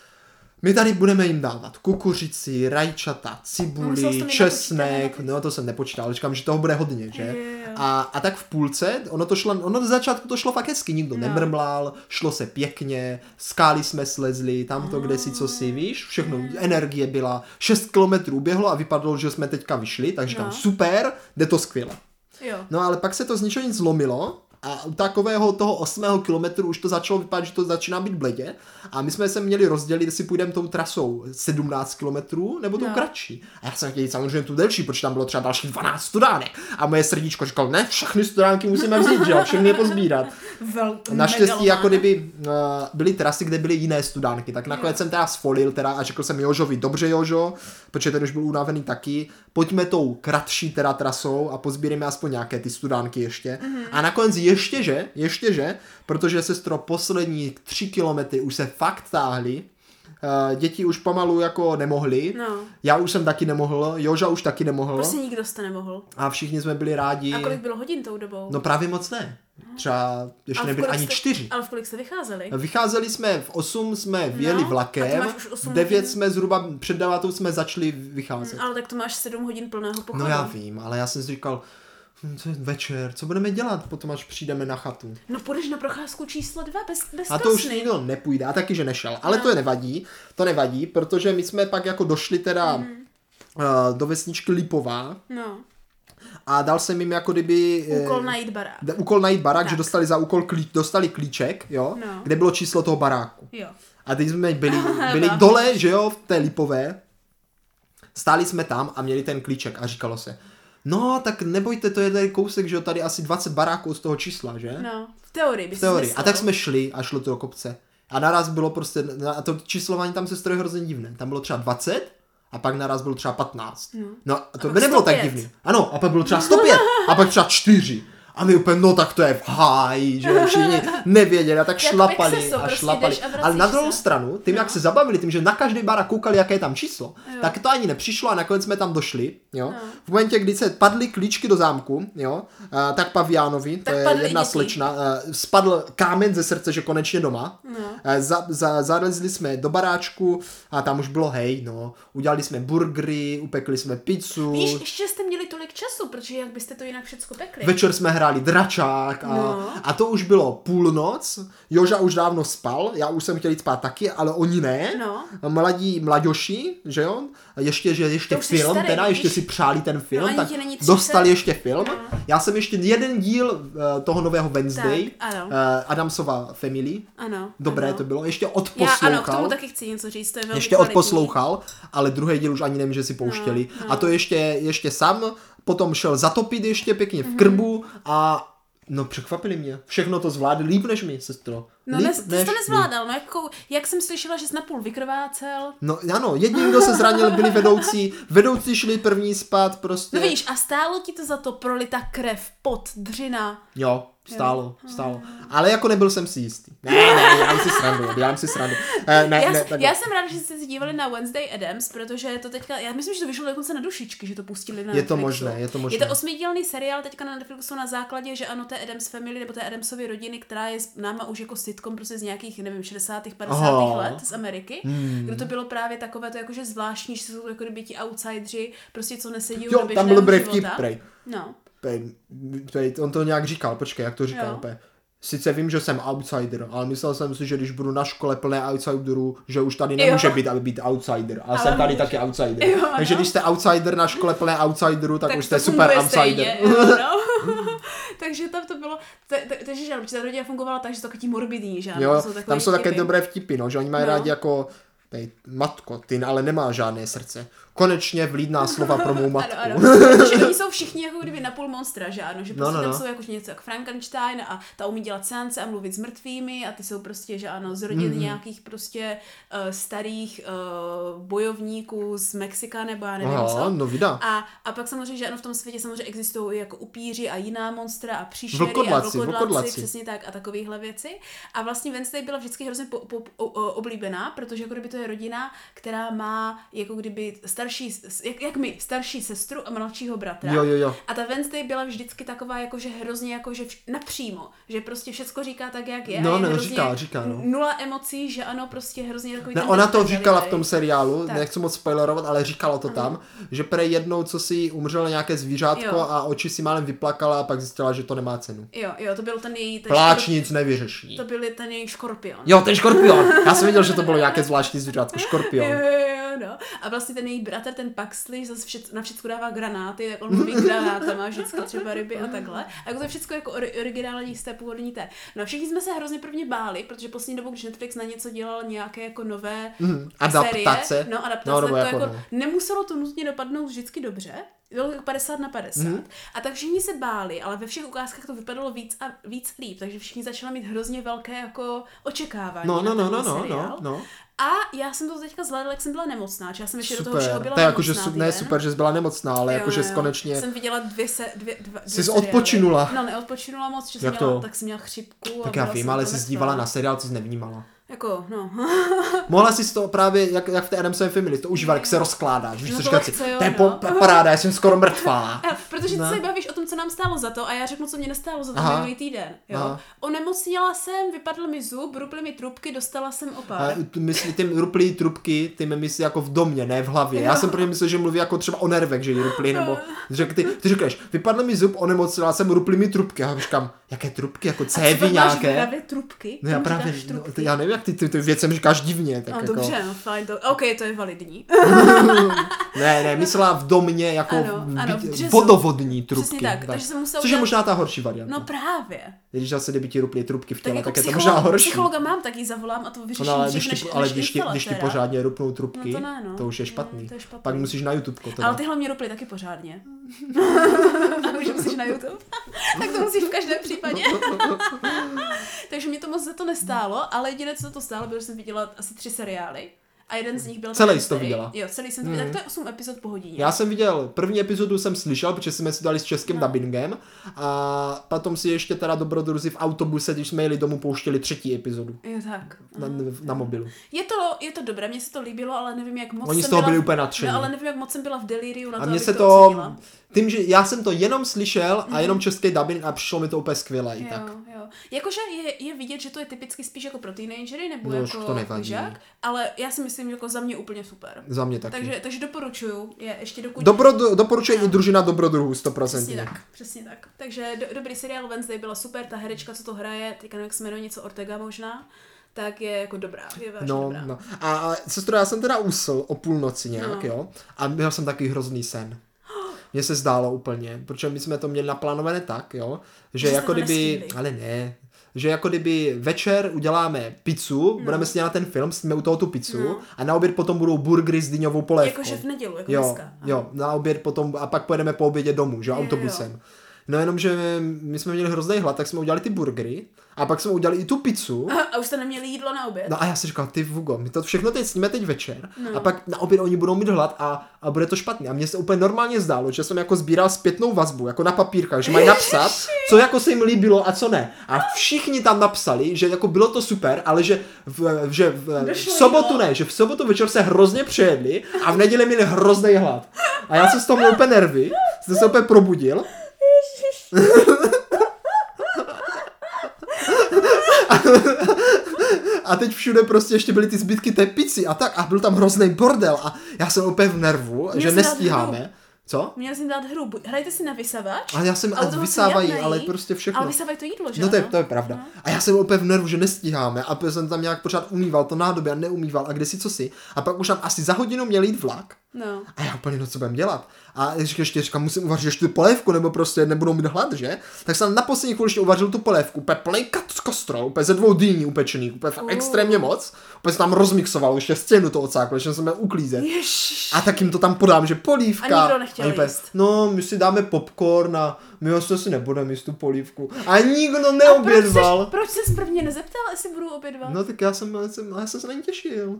my tady budeme jim dávat kukuřici, rajčata, cibuli, no, česnek, no to jsem nepočítal, ale říkám, že toho bude hodně, že? Je, je, je. A, a tak v půlce, ono to šlo, ono do začátku to šlo fakt hezky, nikdo no. nemrmlal, šlo se pěkně, skály jsme slezli, tamto kde si co si, víš, všechno, je. Energie byla, šest kilometrů uběhlo a vypadalo, že jsme teďka vyšli, tak říkám, no. super, jde to skvěle. Jo. No ale pak se to z ničeho nic zlomilo. A u takového toho osmého kilometru už to začalo vypadat, že to začíná být bledě. A my jsme se měli rozdělit, jestli půjdeme tou trasou sedmnáct kilometrů nebo tou no. kratší. A já jsem chtěl jít samozřejmě tu delší, protože tam bylo třeba další dvanáct studánek. A moje srdíčko říkalo, ne, všechny studánky musíme vzít, že jo, všechny je pozbírat. Naštěstí, jako kdyby uh, byly trasy, kde byly jiné studánky, tak nakonec jsem teda sfolil teda a řekl jsem Jožovi, dobře Jožo, protože ten už byl unavený taky, pojďme tou kratší teda trasou a pozbíríme aspoň nějaké ty studánky ještě. Mm-hmm. A nakonec ještě že, ještě že, protože sestro poslední tři kilometry už se fakt táhly, uh, děti už pomalu jako nemohly, no. já už jsem taky nemohl, Joža už taky nemohl. Prostě nikdo jste nemohl. A všichni jsme byli rádi. A kolik bylo hodin tou dobou? No právě moc ne. Třeba ještě nebyly ani jste, čtyři. Ale v kolik jste vycházeli? Vycházeli jsme v osm, jsme vyjeli no, vlakem, v devět jsme zhruba před devátou jsme začali vycházet. Ale tak to máš sedm hodin plného pochodu. No já vím, ale já jsem si říkal, co je večer, co budeme dělat potom, až přijdeme na chatu? No půjdeš na procházku číslo dva, bez, bez A to krosny. už nikdo nepůjde, a taky, že nešel. Ale no. to je nevadí, to nevadí, protože my jsme pak jako došli teda mm. uh, do vesničky Lipová. No. A dal jsem jim jako kdyby... Úkol najít barák. De, úkol najít barák, tak. Že dostali za úkol klíč, dostali klíček, jo, no. kde bylo číslo toho baráku. Jo. A teď jsme byli, byli dole, že jo, v té Lipové. Stáli jsme tam a měli ten klíček a říkalo se, no, tak nebojte, to je tady kousek, že jo, tady asi dvacet baráků z toho čísla, že? No, v teorii by v teorii. A tak jsme šli a šlo to do kopce. A naraz bylo prostě, a to číslování tam se stroje hrozně divné. Tam bylo třeba dvacet a pak naraz bylo třeba patnáct. No, no to by nebylo tak divný. Ano, a pak bylo třeba sto pět a pak třeba čtyři. A my úplně, no tak to je v háji, že všichni nevěděli a tak šlapali a šlapali. Ale na druhou stranu, tím, no. jak se zabavili, tím, že na každý barák koukali, jaké je tam číslo, jo. tak to ani nepřišlo a nakonec jsme tam došli, jo. No. V momentě, kdy se padly klíčky do zámku, jo, tak Paviánovi, to je jedna děti. slečna, spadl kámen ze srdce, že konečně doma. No. Za, za, zalezli jsme do baráčku a tam už bylo hej, no. Udělali jsme burgery, upekli jsme pizzu. Víš, ještě jste měli tolik času, protože jak byste to jinak všecko pekli. Večer jsme hráli dračák a, no. a to už bylo půlnoc, Joža už dávno spal, já už jsem chtěl jít spát taky, ale oni ne, no. mladí mladěši, že jo, ještě, že ještě film, starý, teda ještě si přáli ten film, no, tak dostali ještě film, no. já jsem ještě jeden díl uh, toho nového Wednesday, tak, uh, Adamsova Family, ano, dobré ano. to bylo, ještě odposlouchal, já, ano, k tomu taky chci něco říct, to je velmi ještě kvalitní. odposlouchal, ale druhý díl už ani nevím, že si pouštěli, no, no. a to ještě, ještě sám, potom šel zatopit ještě pěkně v krbu a no překvapili mě. Všechno to zvládli líp než my, sestro. No líp nes, ty než jsi to nezvládal, no jako, jak jsem slyšela, že jsi napůl vykrvácel. No ano, jediný, kdo se zranil, byli vedoucí. Vedoucí šli první spát prostě. No víš, a stálo ti to za to prolita krev, pot, dřina. Jo, Stálo, stálo. Ale jako nebyl jsem si jistý. Ne, ne, dělám si srandu, dělám si srandu. Eh, ne, já, ne, já jsem ráda, že jste se dívali na Wednesday Addams, protože to teďka, já myslím, že to vyšlo dokonce na dušičky, že to pustili na Netflixu. Je to možné, je to možné. Je to osmidílný seriál teďka na Netflixu na základě, že ano, té Addams Family, nebo té Addamsovy rodiny, která je náma už jako sitcom prostě z nějakých, nevím, šedesátých, padesátých let z Ameriky, hmm. kde to bylo právě takové to jakože zvláštní, že jsou jako kdyby ti outsidři, prostě co nesedí do běžného života. No. Pej, pej, on to nějak říkal, počkej, jak to říkal úplně. Sice vím, že jsem outsider, ale myslel jsem si, že když budu na škole plné outsiderů, že už tady nemůže jo. být, aby být outsider. A ale jsem tady může. taky outsider. Jo, takže no. když jste outsider na škole plné outsiderů, tak, tak už jste super outsider. Jo, no. Takže tam to bylo, takže že ta rodina fungovala tak, že to takový morbidní, že jo, jsou tam jsou také dobré vtipy, no, že oni mají no. rádi jako tej, matko, ty ale nemá žádné srdce. Konečně vlídná slova pro mou matku. Ano, ano. Protože oni jsou všichni jako kdyby napůl monstra, že ano, že prostě no, no, no. tam jsou jako něco jak Frankenstein a ta umí dělat seance a mluvit s mrtvými a ty jsou prostě, že ano, z rodin mm-hmm. nějakých prostě uh, starých uh, bojovníků z Mexika nebo já nevím Aha, co. No vida. A, a pak samozřejmě, že ano, v tom světě samozřejmě existují i jako upíři a jiná monstra a příšery vlkodlaci, a vlkodlaci, vlkodlaci, přesně tak a takovéhle věci. A vlastně Wednesday byla vždycky hrozně po, po, po, oblíbená, protože jako kdyby to je rodina, která má jako kdyby starší, jak, jak my, starší sestru a mladšího bratra. Jo, jo, jo. A ta Wednesday byla vždycky taková jakože hrozně jakože vš- napřímo, že prostě všecko říká tak, jak je. No, je no, říká, říká, no. Nula emocí, že ano, prostě hrozně takový... Ne, ona to říkala v tom seriálu, tak. Nechci moc spoilerovat, ale říkala to tam, uh-huh. že prej jednou, co si umřelo nějaké zvířátko jo. a oči si málem vyplakala a pak zjistila, že to nemá cenu. Jo, jo, to byl ten její... Ten Pláč škorp... nic nevyřeší. To byl ten její škorpion. Jo, ten škorpion. Já jsem viděl, že to bylo nějaké zvláštní zvířátko, škorpion. Jo, jo, jo, no. A vlastně ten její bratr, ten Paxley, zase všet, na všechno dává granáty, tak on mluví granátama, vždycky třeba ryby a takhle. A jako to je všechno jako originální z té původní té. No všichni jsme se hrozně prvně báli, protože poslední dobou, když Netflix na něco dělal nějaké jako nové mm, adaptace, série, no adaptace, no, tak to jako jako no. nemuselo to nutně dopadnout vždycky dobře. Bylo jako padesát na padesát. Mm. A tak všichni se báli, ale ve všech ukázkách to vypadalo víc a víc líp, takže všichni začali mít hrozně velké jako očekávání. No, no, na no, no, no, no, no. A já jsem to teďka zvládla, jak jsem byla nemocná, já jsem ještě super. do toho všeho byla to je jako, nemocná. Že, ne super, že jsi byla nemocná, ale jako, že jsi konečně... Jsem viděla dvě se... Dvě, dva, jsi jsi odpočinula. No, neodpočinula moc, že jak jsem měla, to? tak jsem měla chřipku. Tak já vím, ale jsi se dívala na seriál, co jsi nevnímala. Jako, no. Mohla jsi to právě, jak, jak v té Addamsové Family, to užívat, jak se rozkládáš. No to, si, to je no. paráda, já jsem skoro mrtvá. Protože ty se bavíš o tom, co nám stálo za to a já řeknu, co mě nestálo za to minulý týden. Jo? Onemocněla jsem, vypadl mi zub, ruply mi trubky, dostala jsem opár. Myslí, ty ruplí trubky, ty mi myslí jako v domě, ne v hlavě. Já jsem prvně myslel, že mluví jako třeba o nervech, že jí ruplí, nebo ty, ty říkáš, vypadl mi zub, onemocněla jsem, ruply mi trubky. A já říkám, jaké trubky, jako cévy nějaké. Právě trubky? No já právě, no, já nevím, jak ty, ty, ty věcem říkáš divně. Tak no, jako... dobře, no fajn, to, ok, to je validní. ne, ne, myslela v domě jako ano, ano, v vodovodní trubky. Přesně tak, tak. Takže jsem musela což je možná ta horší varianta. No právě. Když zase kdyby ti ruplí trubky v těle, tak, tak, jako tak je to možná horší. Psychologa mám, tak ji zavolám a to vyřeším no, ale dřív, když než, ti, ale než když ti, když ti pořádně rupnou trubky, no to, ne, no. to už je špatný. No, to je špatný. Pak musíš na YouTube. Teda. Ale tyhle mě ruply taky pořádně. A už musíš na YouTube. Tak to musíš v každém případě. Takže mě to moc za to nestálo, ale jediné, co to stálo, bylo, že jsem viděla asi tři seriály. A jeden z nich byl... Celý jsi to viděla. Jo, celý jsem to viděla. Mm. Tak to je osm epizod po hodině. Já jsem viděl, první epizodu jsem slyšel, protože jsme si dali s českým no. dubbingem. A potom si ještě teda dobrodruzi v autobuse, když jsme jeli domů, pouštěli třetí epizodu. Jo, tak. Na, na mobilu. Je to, je to dobré, mně se to líbilo, ale nevím, jak moc Oni jsem z toho byla... byli úplně nadšení. No, ale nevím, jak moc jsem byla v delíriu na a to, mně abych se to, to ocenila. Tím, že já jsem to jenom slyšel a jenom český dubbing a přišlo mi to úplně skvěle i tak. Jo, jo. Jakože je, je vidět, že to je typicky spíš jako pro teenagery, nebo no, jako to nevadí. žák, ale já si myslím, že jako za mě úplně super. Za mě taky. Takže, takže doporučuju, je ještě dokud... Dobro, doporučuji no. i družina dobrodruhů, sto procent. Přesně tak, přesně tak. Takže do, dobrý seriál Wednesday byla super, ta herečka, co to hraje, teďka nevím, jak se jmenuje, něco Ortega možná, tak je jako dobrá, je vážně no, dobrá. No. A, a sestro, já jsem teda usl o půlnoci nějak, no. jo, a měl jsem takový hrozný sen. Mně se zdálo úplně, protože my jsme to měli naplánované tak, jo, že, že jako kdyby, ale ne, že jako kdyby večer uděláme pizzu, no. budeme si dělat ten film, jsme u toho tu pizzu no. a na oběd potom budou burgery s dyňovou polévkou. Jakože v nedělu, jako jo, dneska. Jo, na oběd potom a pak pojedeme po obědě domů, že jo, autobusem. Jo. No jenom, že my jsme měli hrozný hlad, tak jsme udělali ty burgery a pak jsme udělali i tu pizzu. A, a už jste neměli jídlo na oběd. No a já si říkal, ty Vugo, my to všechno teď sníme teď večer no. a pak na oběd oni budou mít hlad a, a bude to špatný. A mně se úplně normálně zdálo, že jsem jako sbíral zpětnou vazbu, jako na papírkách, že mají napsat, co jako se jim líbilo a co ne. A všichni tam napsali, že jako bylo to super, ale že v, že v, v sobotu ne, že v sobotu večer se hrozně přejedli a v neděli měli hrozný hlad. A já jsem z toho měl úplně nervy, jsem se úplně probudil. A teď všude prostě ještě byly ty zbytky té pici a tak a byl tam hrozný bordel a já jsem úplně v nervu, Měl že nestíháme. Co? Měl jsem dát hru. Hrajte si na vysavač. A já jsem a vysávají, ale prostě všechno. Ale vysávají to jídlo, že No to je, to je pravda. No. A já jsem úplně v nervu, že nestíháme a jsem tam nějak pořád umýval to nádobí a neumýval a kdesi co si. A pak už tam asi za hodinu měl jít vlak. No. A já úplně, no co budem dělat? A ještě říkám, musím uvařit ještě tu polévku, nebo prostě nebudou mít hlad, že? Tak jsem na poslední chvíli ještě uvařil tu polévku, úplně plný kostrol, úplně ze dvou dýní upečený, úplně uh. extrémně moc. Úplně se tam rozmixoval, ještě scénu to ocáklo, ještě jsem měl uklízet. Ježiš. A tak jim to tam podám, že polívka. A nikdo nechtěl úplně, jíst. No, my si dáme popcorn a my vlastně si nebudeme jíst tu polívku. A nikdo neobědval. A proč, proč ses prvně nezeptal, jestli budou obědvat? No tak já jsem, já jsem, já jsem se na ní těšil.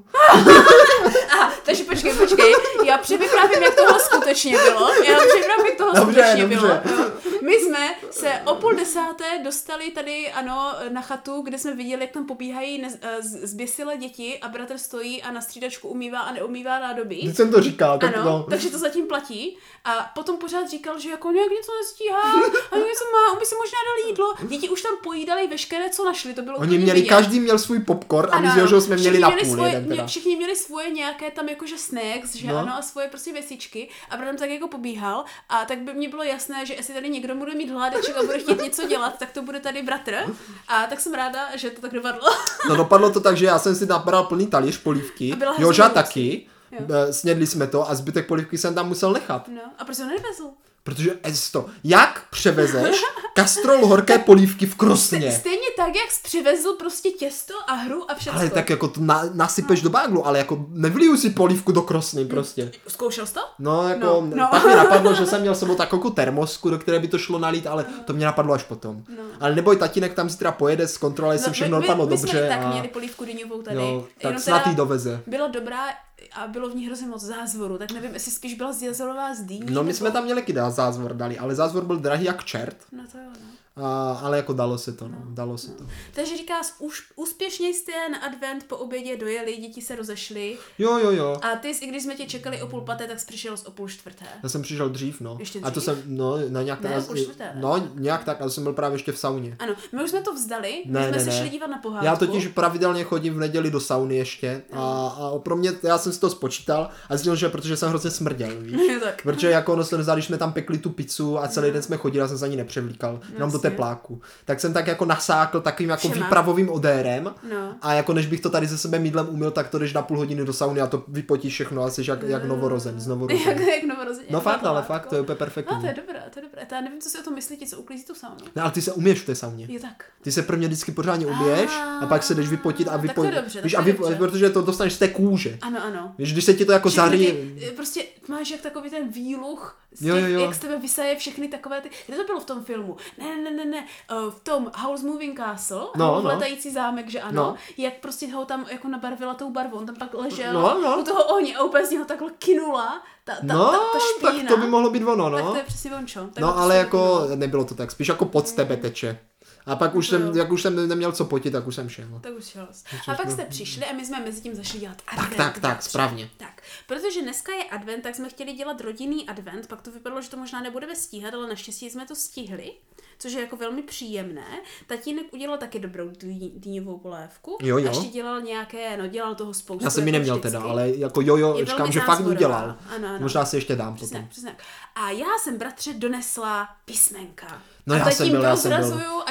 Aha, takže počkej, počkej. Já přivyprávím, jak tohle skutečně bylo. Já přivyprávím, jak tohle dobře, skutečně dobře. bylo. My jsme se o půl desáté dostali tady, ano, na chatu, kde jsme viděli, jak tam pobíhají nez, zběsilé děti a bratr stojí a na střídačku umývá a neumývá nádobí. Když jsem to říkal, tak ano, no. takže to zatím platí. A potom pořád říkal, že jako nějak něco nestíhá a něco má, on by si možná dal jídlo. Děti už tam pojídali veškeré, co našli, to bylo Oni měli, vidět. Každý měl svůj popcorn a my z jeho jsme měli na půl svoje, jeden teda. Všichni měli svoje nějaké tam jakože snacks, že no. ano, a svoje prostě věcičky a bratr tak jako pobíhal a tak by mě bylo jasné, že jestli tady někdo bude mít hládeček a bude chtít něco dělat, tak to bude tady bratr. A tak jsem ráda, že to tak dopadlo. No dopadlo to tak, že já jsem si nabral plný talíř polívky, Joža taky, jo. Snědli jsme to a zbytek polívky jsem tam musel nechat. No, a proč jsem nevezl? Protože Esto, jak převezeš kastrol horké polívky v Krosně? Stejně tak, jak jsi přivezl prostě těsto a hru a všechno. Ale tak jako to na, nasypeš no. do báglu, ale jako nevliju si polívku do Krosny prostě. Zkoušel jsi to? No jako, no, no. pak mi napadlo, že jsem měl sebou takovou termosku, do které by to šlo nalít, ale to mě napadlo až potom. No. Ale neboj, tatínek tam si teda pojede, zkontroluje, jestli no, všechno dopadlo dobře. My jsme a... tak měli polívku dyňovou tady. No, tak snad jí doveze. Byla dobrá a bylo v ní hrozně moc zázvoru, tak nevím, jestli spíš byla zázorová z dýní. No my nebo... jsme tam měli kdy zázvor dali, ale zázvor byl drahý jak čert. No to jo, no. A, ale jako dalo se to, no, no dalo se no. to. Takže říkáš, už úspěšně jste na advent po obědě dojeli, děti se rozešly. Jo, jo, jo. A ty, i když jsme tě čekali o půl paté, tak jsi přišel z o půl čtvrté. Já jsem přišel dřív, no. Ještě dřív? A to jsem, no, na nějak ne, tak, o půl čtvrté, no, nějak tak, ale jsem byl právě ještě v sauně. Ano, my už jsme to vzdali, ne, my jsme ne, se ne. šli dívat na pohádku. Já totiž pravidelně chodím v neděli do sauny ještě a, a pro mě, já jsem si to spočítal a zjistil, že protože jsem hrozně smrděl, víš. tak. Protože jako ono se nezdá, když jsme tam pekli tu pizzu a celý no. den jsme chodili, já jsem se ani nepřevlíkal, jenom do tepláku. Tak jsem tak jako nasákl takovým jako Všema. výpravovým odérem no. a jako než bych to tady se sebe mýdlem umyl, tak to jdeš na půl hodiny do sauny a to vypotíš všechno a jsi jak, jak novorozen, z novorozen. Jak, jak novorozen. No fakt, ale fakt, to je úplně perfektní. No to je dobré, to je dobré. Já nevím, co si o tom myslíte, co uklízí tu saunu. Ne, ale ty se uměješ v té sauně. Je tak. Ty se prvně vždycky pořádně uměješ a pak se jdeš vypotit a vypotit. Víš, a vy, protože to dostaneš z té kůže. Ano, ano. Víš, když se ti to jako zaří. Prostě máš jak takový ten výluch, z jo, jo, jo. jak z tebe vysaje všechny takové ty. Kde to bylo v tom filmu? Ne, ne, ne, ne. Uh, v tom House Moving Castle, no, v no. letající zámek, že ano. No. Jak prostě ho tam jako nabarvila tou barvou. On tam pak ležel no, no. u toho ohně a úplně z něho takhle kinula. Ta, ta, no, ta, ta špína. tak to by mohlo být ono, no. Tak to je přesně vončo. No, ale jako bylo. Nebylo to tak. Spíš jako pod tebe teče. A pak už jsem, jak už jsem neměl co potit, tak už jsem šel. Tak už šel. A pak jste přišli a my jsme mezi tím zašli dělat advent. Tak, tak, tak, správně. Tak, protože dneska je advent, tak jsme chtěli dělat rodinný advent, pak to vypadalo, že to možná nebudeme stíhat, ale naštěstí jsme to stihli, což je jako velmi příjemné. Tatínek udělal taky dobrou dýňovou polévku. Jo, jo. A ještě dělal nějaké, no dělal toho spoustu. Já jsem ji neměl vždycky. Teda, ale jako jojo, je říkám, že fakt udělal. Ano, ano. Možná si ještě dám přesně, potom. Přesně. A já jsem bratře donesla písmenka. No a já jsem byl, já jsem byl. a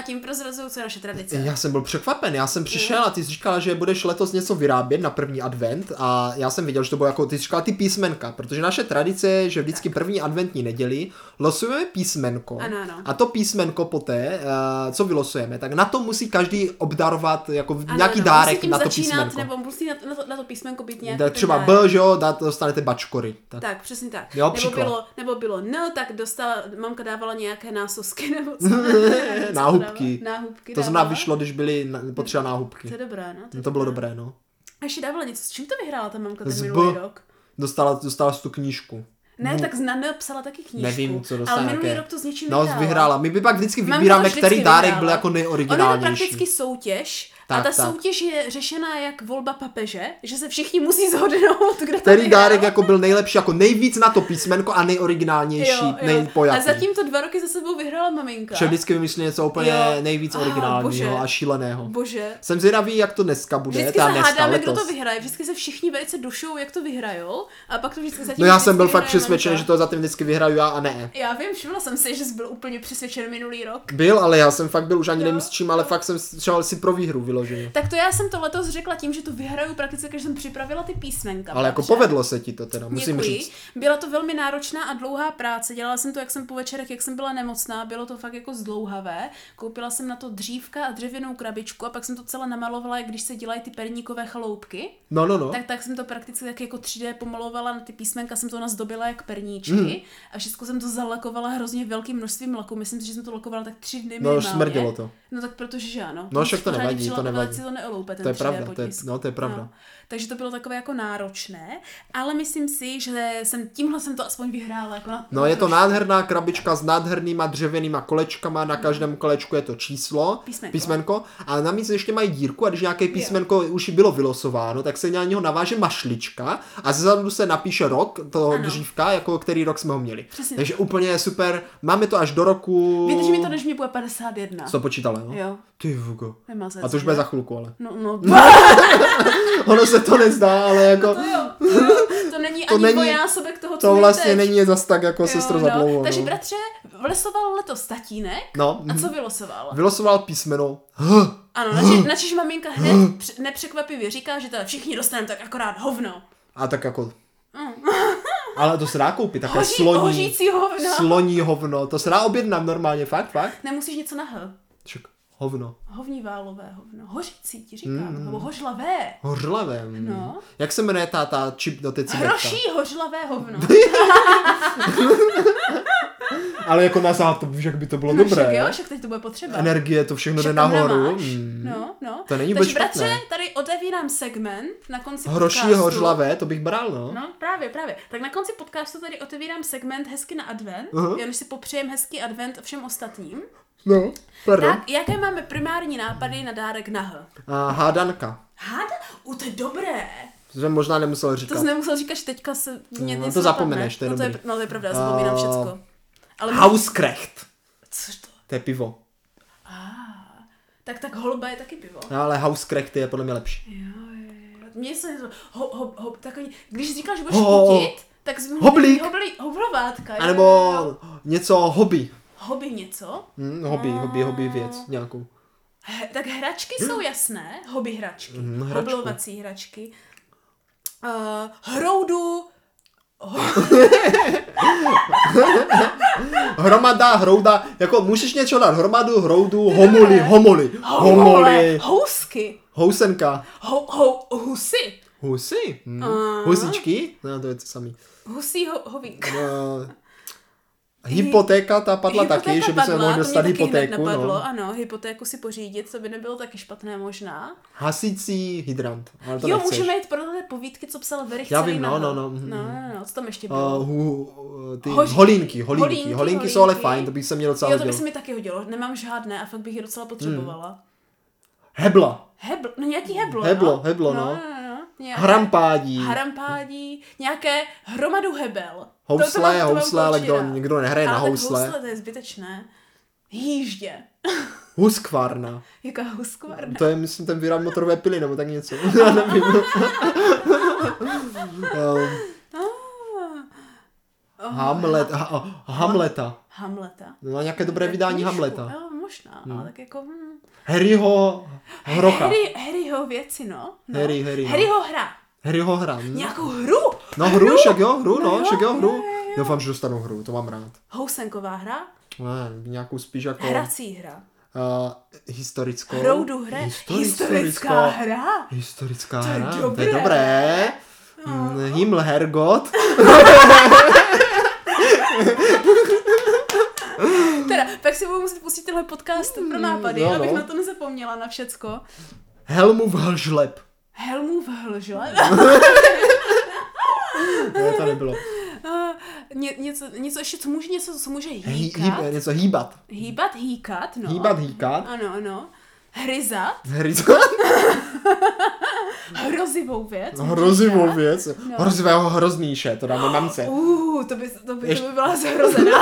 tím prozrazuju, co je naše tradice. Já jsem byl překvapen, já jsem přišel a ty jsi říkala, že budeš letos něco vyrábět na první advent a já jsem viděl, že to bylo jako, ty jsi říkala ty písmenka, protože naše tradice je, že vždycky tak. První adventní neděli losujeme písmenko ano, ano. a to písmenko poté, uh, co vylosujeme, tak na to musí každý obdarovat jako ano, nějaký ano, dárek na to písmenko. Nebo musí na to, na to, na to písmenko být nějaký da, třeba B, že jo, dostanete bačkory. Tak, tak přesně tak. Jo, nebo, bylo, nebo bylo N, tak dostala, mamka dávala nějaké násosky nebo co. náhubky. náhubky. To znamená vyšlo, když byly potřeba náhubky. To je dobré, no. To, to bylo dobré, no. A ještě dávala něco, s čím to vyhrála ta mamka ten minulý rok? Dostala, dostala tu knížku. Ne, tak z N psala taky knížku. Nevím, co dostala. Ale minulý nějaké... rok to s něčím no, vyhrála. No, vyhrála. My by pak vždycky vybíráme, který vyhrála. Dárek byl jako nejoriginálnější. Ono je to prakticky soutěž. Tak, a ta tak. soutěž je řešená jak volba papeže, že se všichni musí shodnout, kdo to který vyhrál. Dárek jako byl nejlepší, jako nejvíc na to písmenko a nejoriginálnější, nejpojatý. A zatím to dva roky za sebou vyhrála maminka. Že vždycky vymyslí něco úplně jo. nejvíc originálního a šíleného. Bože. Jsem zvědavý, jak to dneska bude. Vždycky se hádáme, kdo to vyhraje. Vždycky se všichni velice dušou, jak to vyhrajou. A pak to vždycky zatím. No já jsem byl fakt přesvědčen, že to zatím vždycky vyhraju já a ne. Já vím, všimla jsem si, že jsi byl úplně přesvědčen minulý rok. Byl, ale já jsem fakt byl už ani nevím s čím, ale fakt jsem třeba si pro výhru vyloženě. Tak to já jsem to letos řekla tím, že to vyhraju prakticky, když jsem připravila ty písmenka. Ale jako povedlo se ti to teda, musím Děkuji. říct. Byla to velmi náročná a dlouhá práce. Dělala jsem to, jak jsem po večerech, jak jsem byla nemocná, bylo to fakt jako zdlouhavé. Koupila jsem na to dřívka a dřevěnou krabičku a pak jsem to celé namalovala, jak když se dělají ty perníkové chaloupky. No, no, no. Tak, tak jsem to prakticky tak jako tři dé pomalovala na ty písmenka, jsem to nazdobila jak perníčky mm. a všechno jsem to zalakovala hrozně velkým množstvím laku. Myslím si, že jsem to lakovala tak tři dny minimálně. No, smrdilo to. No tak protože že ano. No, však to nevadí, to nevadí. To neoloupe, ten to je pravda, to je, no, to je pravda. No. Takže to bylo takové jako náročné, ale myslím si, že jsem tímhle jsem to aspoň vyhrála. Jako na, no na je to nádherná krabička s nádhernýma dřevěnýma kolečkama, na každém kolečku je to číslo, písmenko, písmenko a navíc ještě mají dírku a když nějaké písmenko jo. už bylo vylosováno, tak se na něho naváže mašlička a zezadu se napíše rok toho ano. dřívka, jako který rok jsme ho měli. Přesně. Takže úplně super, máme to až do roku... Vydrží mi to, než mě bude padesát jedna. Co počítala, no? Jo. Ty vugo. Nemazec, a to už bude za chvilku, ale. No, no. Ono se to nezdá, ale jako... No to jo, to, jo. to není to ani není, dvojnásobek toho, co to vlastně teď. není zas tak jako sestro no. za dlouho. Takže no. bratře, vylosoval letos tatínek no. a co vylosoval? Vylosoval písmeno H. Ano, načež, načež maminka hned nepřekvapivě říká, že teda všichni dostaneme tak akorát hovno. A tak jako... Mm. Ale to se dá koupit, takové Hoří, sloní, hořící hovno. sloní hovno, to se dá objednat normálně, fakt, fakt. Nemusíš něco na H. Ček, hovno. Hovní válové hovno, hořící ti říkám, mm. nebo hořlavé. Hořlavé, no. Jak se jmenuje ta, ta čip do té cibetka? Hroší hořlavé hovno. Ale jako na záto, víš, jak by to bylo no, dobré. Však jo, však teď to bude potřeba. Energie, to všechno jde nahoru. Mm. No, no. To není vůbec špatné. Takže bratře, tady otevírám segment na konci Hroší, podcastu. hořlavé, to bych bral, no. No, právě, právě. Tak na konci podcastu tady otevírám segment Hezky na advent. Uh-huh. Já než si popřejem hezký advent všem ostatním. No, pardon. Tak, jaké máme primární nápady na dárek na H? A hádanka. Háda? U, to je dobré. To jsem možná nemusel říkat. To jsi nemusel říkat, že teďka se mě no, to zapomeneš, to je no, to je, no to je pravda, zapomínám všecko. Ale Hauskrecht. Což to? To je pivo. Ah, tak tak holba je taky pivo. No, ale Hauskrecht je podle mě lepší. Jo, jo. Mně se ho, ho, ho, takový, když říkáš, že budeš kutit, tak jsi Hoblík. Hoblí, hobrovátka. A nebo něco hobby. Hobby něco? Hmm, hobby, a... hobby, hobby věc nějakou. He, tak hračky jsou jasné, hobby hračky, hmm, hoblovací hračky. Uh, hroudu Hromada, hrouda, jako můžeš něco dát, hromadu, hroudu, homoli, homoli, homoli. Housky. Housenka. Ho, ho, husy. Husy? Hmm. Uh. Husičky? No to je to samý. Husí ho, hovík. No. Hypotéka, ta padla Hypotéka taky, že by se mohl dostat hypotéku. Napadlo, no. Ano, hypotéku si pořídit, to by nebylo taky špatné možná. Hasící hydrant. Ale to jo, nechceš. můžeme jít pro ty povídky, co psal Verich Já vím, no, no, no. No, no, no, co tam ještě bylo? Uh, hu, ty Hoří, holínky, holínky, holínky, holínky jsou ale fajn, to bych se mě docela hodilo. Jo, to hodilo. by se mi taky hodilo, nemám žádné a fakt bych je docela potřebovala. Hmm. Hebla. Hebl, no nějaký heblo, Heblo, no. heblo, no. no, no, no. Nějaké Hrampádí. Hrampádí, nějaké hromadu hebel. Housle, to, to mám, to housle, ale kdo, nikdo nehraje ale na housle. housle, to je zbytečné. Hýždě. Huskvarna. Jaká huskvarna? To je, myslím, ten vyráb motorové pily, nebo tak něco. Já nevím. Hamlet, ha, Hamleta. Hamleta. No, nějaké dobré vydání Hamleta. Jo, slušná, hmm. ale tak jako... Hmm. Harryho hrocha. Harry, Harryho věci, no. no. Harry, Harry. Harryho hra. Harryho hra. No. Nějakou hru. No hru, hru. však jo, hru, no, no však jo, hru. Doufám, že dostanu hru, to mám rád. Housenková hra. Ne, nějakou spíš jako... Hrací hra. Uh, historickou. Hroudu hry. Historická, Historická hra. Historická to je hra. dobré. To je dobré. No. Himmel, Herrgott. Teda, pak si budu muset pustit tenhle podcast pro nápady, no, no. abych na to nezapomněla na všecko. Helmův hlžleb. Helmův hlžleb? Ne, to nebylo. Uh, ně, něco, něco ještě, co může něco, co může hýkat. Hý, hýb, něco hýbat. Hýbat, hýkat, no. Hýbat, hýkat. Ano, ano. Hryzat. Hryzat. Hrozivou věc. Hrozivou věc. No. Hrozivého hroznýše, to dáme mamce. Uh, to by, to by, to by byla zhrozená.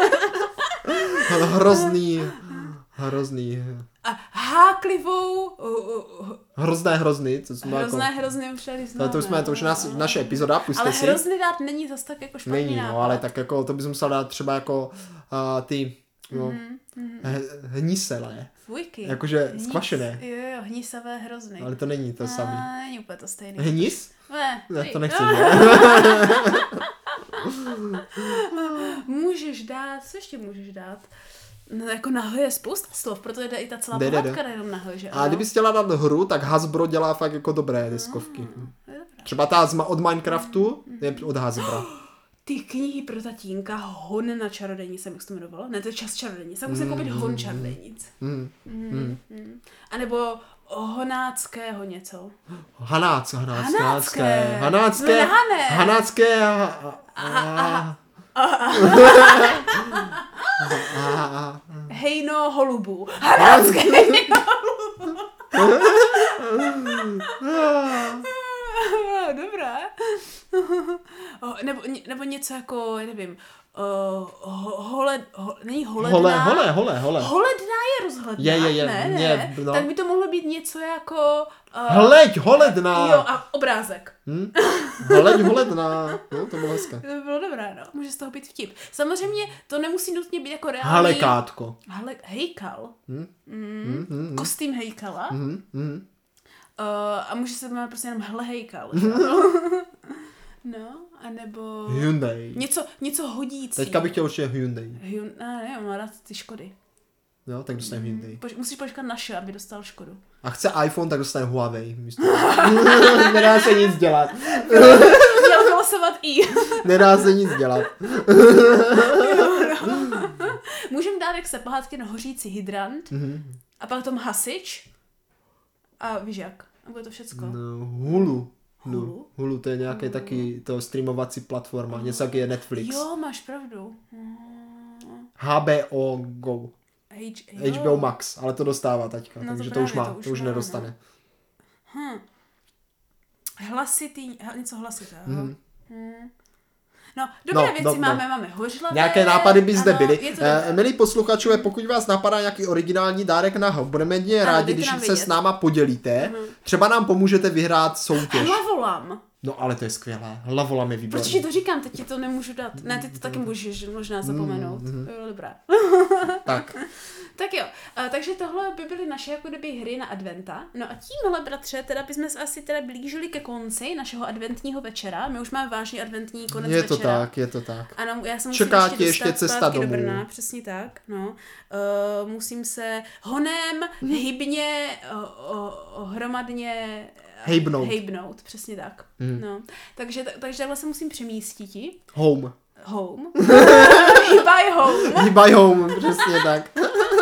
Hrozný. Hrozný. A háklivou... Uh, uh, Hrozné hrozný. To jsme hrozné jako... hrozný už tady známe. To, to, jsme, to už nás, naše epizoda, puste ale si. Ale hrozný dát není zase tak jako špatný Není, nápad. no, ale tak jako, to bys musel dát třeba jako uh, ty, no, mm-hmm. h- hniselé. Fujky. Jakože Hnis, skvašené. Jo, jo, hnisavé hrozny. Ale to není to samé. Není úplně to stejný. Hnis? Ne, Ne, ty. to nechci. Můžeš dát, co ještě můžeš dát? No, jako na H je spousta slov, proto jde i ta celá de, pohádka de. jenom na H, že? A kdybys chtěla dát hru, tak Hasbro dělá fakt jako dobré deskovky. Mm, třeba ta z, od Minecraftu je od Hasbra. Ty knihy pro tatínka, Hon na čarodějnice, jak se to jmenovalo? Ne, to je Čas čarodějnice, musím mm, koupit Hon čarodějnic. Mm, mm, mm. A nebo Honáckého něco. Hanác, Hanácké. Hanácké. Hanácké. Hanácké. Hejno holubů. Hanácké hejno holubů. Dobré. Nebo, nebo něco jako, nevím, Uh, ho, hole, ho, není holedná. Hole, hole, hole, hole. Holedná je rozhledná. Je, je, je. Ne, ne. Je, no. Tak by to mohlo být něco jako... Uh, Hleď, holedná. Jo, a obrázek. Hm? Hleď, holedná. No, to bylo hezké. To by bylo dobré, no. Může z toho být vtip. Samozřejmě to nemusí nutně být jako reálný... Halekátko. Hale, hejkal. Hm? Mm. Hm, hm, hm. Kostým hejkala. Hm, hm. Uh, a může se jmenovat prostě jenom hle hejkal. No, anebo... Hyundai. Něco, něco hodící. Teďka bych chtěl určitě Hyundai. Hyundai, ne, ne, mám rád ty Škody. Jo, tak dostane Hyundai. Poč- musíš počkat na š, aby dostal Škodu. A chce iPhone, tak dostane Huawei. Nedá se nic dělat. Měl hlasovat i. Nedá se nic dělat. Můžeme dát, jak se pohádky, no hořící hydrant. Mm-hmm. A pak tom hasič. A víš jak? A bude to všecko. No, Hulu. Hulu? Hulu, to je nějaké Hulu. Taky to streamovací platforma, Hulu. Něco jak je Netflix. Jo, máš pravdu. H B O Go. H- H B O Max, ale to dostává teďka, no takže to, to už má, to už, to už má, nedostane. No. Hm. Hlasitý, něco hlasitého. Mm. Hm. No, dobré no, věci do, máme, no. máme hořlavé. Nějaké nápady by zde ano, byly. Eh, milí posluchačové, pokud vás napadá nějaký originální dárek na H, budeme hodně rádi, když se vidět. s náma podělíte. Mm. Třeba nám pomůžete vyhrát soutěž. Hlavolam. No ale to je skvělé. Hlavolam je výborný. Protože to říkám, teď ti to nemůžu dát. Ne, ty to taky můžeš možná zapomenout. Mm, mm. To bylo dobré. Tak. Tak jo, a, takže tohle by byly naše jako kdyby hry na adventa. No a tímhle, bratře, teda bychom se asi teda blížili ke konci našeho adventního večera. My už máme vážný adventní konec je večera. Je to tak, je to tak. Ano, já jsem Čeká musím tě ještě cesta domů. Do Brna, přesně tak, no. Uh, musím se honem, hybně, uh, uh, hromadně hejbnout. Hejbnout, přesně tak. Mm. No. Takže, takže takhle se musím přemístit. Home. Home. Hýbaj home. Hýbaj home, přesně tak.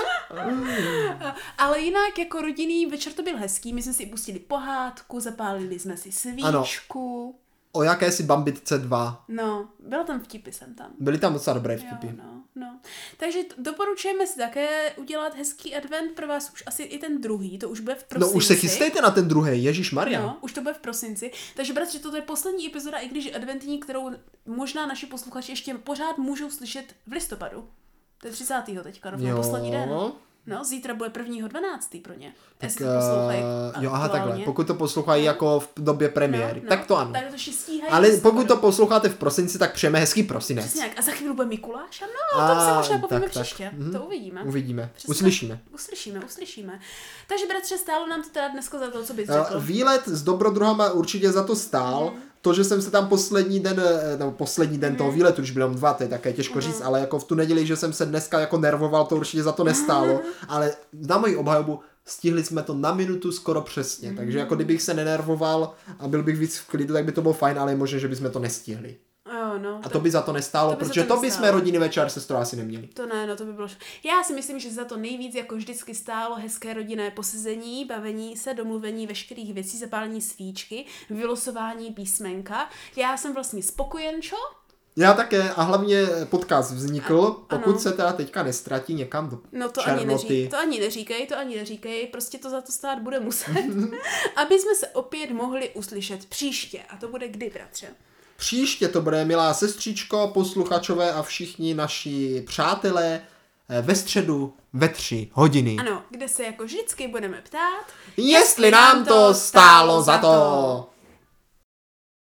Ale jinak jako rodinný večer to byl hezký, my jsme si pustili pohádku, zapálili jsme si svíčku. Ano. O jakési Bambitce dva. No, byla tam vtipy, jsem tam. Byly tam docela dobré vtipy. Jo, no, no. Takže t- doporučujeme si také udělat hezký advent pro vás už asi i ten druhý, to už bude v prosinci. No už se chystejte na ten druhý, ježišmarja. No, už to bude v prosinci. Takže bratře, toto je poslední epizoda, i když adventní, kterou možná naši posluchači ještě pořád můžou slyšet v listopadu. To je třicátého teďka, rovnou poslední den. No, zítra bude prvního dvanáctého pro ně. Tak, Jestli to poslouchají uh, jo, aha, takhle. Pokud to poslouchají no. jako v době premiéry, no, no, tak to ano. Tak to stíhají. Ale pokud to posloucháte v prosinci, tak přejeme hezký prosinec. Přesně jak. A za chvíli bude Mikuláš? No, o tom se možná povíme příště. Mm, to uvidíme. Uvidíme. Přesně, uslyšíme. Uslyšíme, uslyšíme. Takže bratře, stálo nám to teda dneska za to, co bys řekl. Uh, výlet s dobrodruhama určitě za to stál. Mm. To, že jsem se tam poslední den, nebo poslední den mm. toho výletu, už byl jenom dva, to je také těžko mm. říct, ale jako v tu neděli, že jsem se dneska jako nervoval, to určitě za to nestálo. Mm. Ale na moji obhajobu stihli jsme to na minutu skoro přesně, mm. takže jako kdybych se nenervoval a byl bych víc v klidu, tak by to bylo fajn, ale je možné, že bychom to nestihli. Oh, no, a to by za to nestálo, to by protože to, to bychom rodinný večer sestro asi neměli. To ne, no to by bylo... Já si myslím, že za to nejvíc jako vždycky stálo hezké rodinné posezení, bavení se, domluvení veškerých věcí, zapálení svíčky, vylosování písmenka. Já jsem vlastně spokojenčo. Já také a hlavně podcast vznikl, a, pokud ano. se teda teďka nestratí někam do No to černoty. ani, neřík, to ani neříkej, to ani neříkej, prostě to za to stát bude muset, aby jsme se opět mohli uslyšet příště. A to bude kdy, bratře? Příště to bude, milá sestřičko, posluchačové a všichni naši přátelé, ve středu ve tři hodiny. Ano, kde se jako vždycky budeme ptát, jestli nám to stálo za to.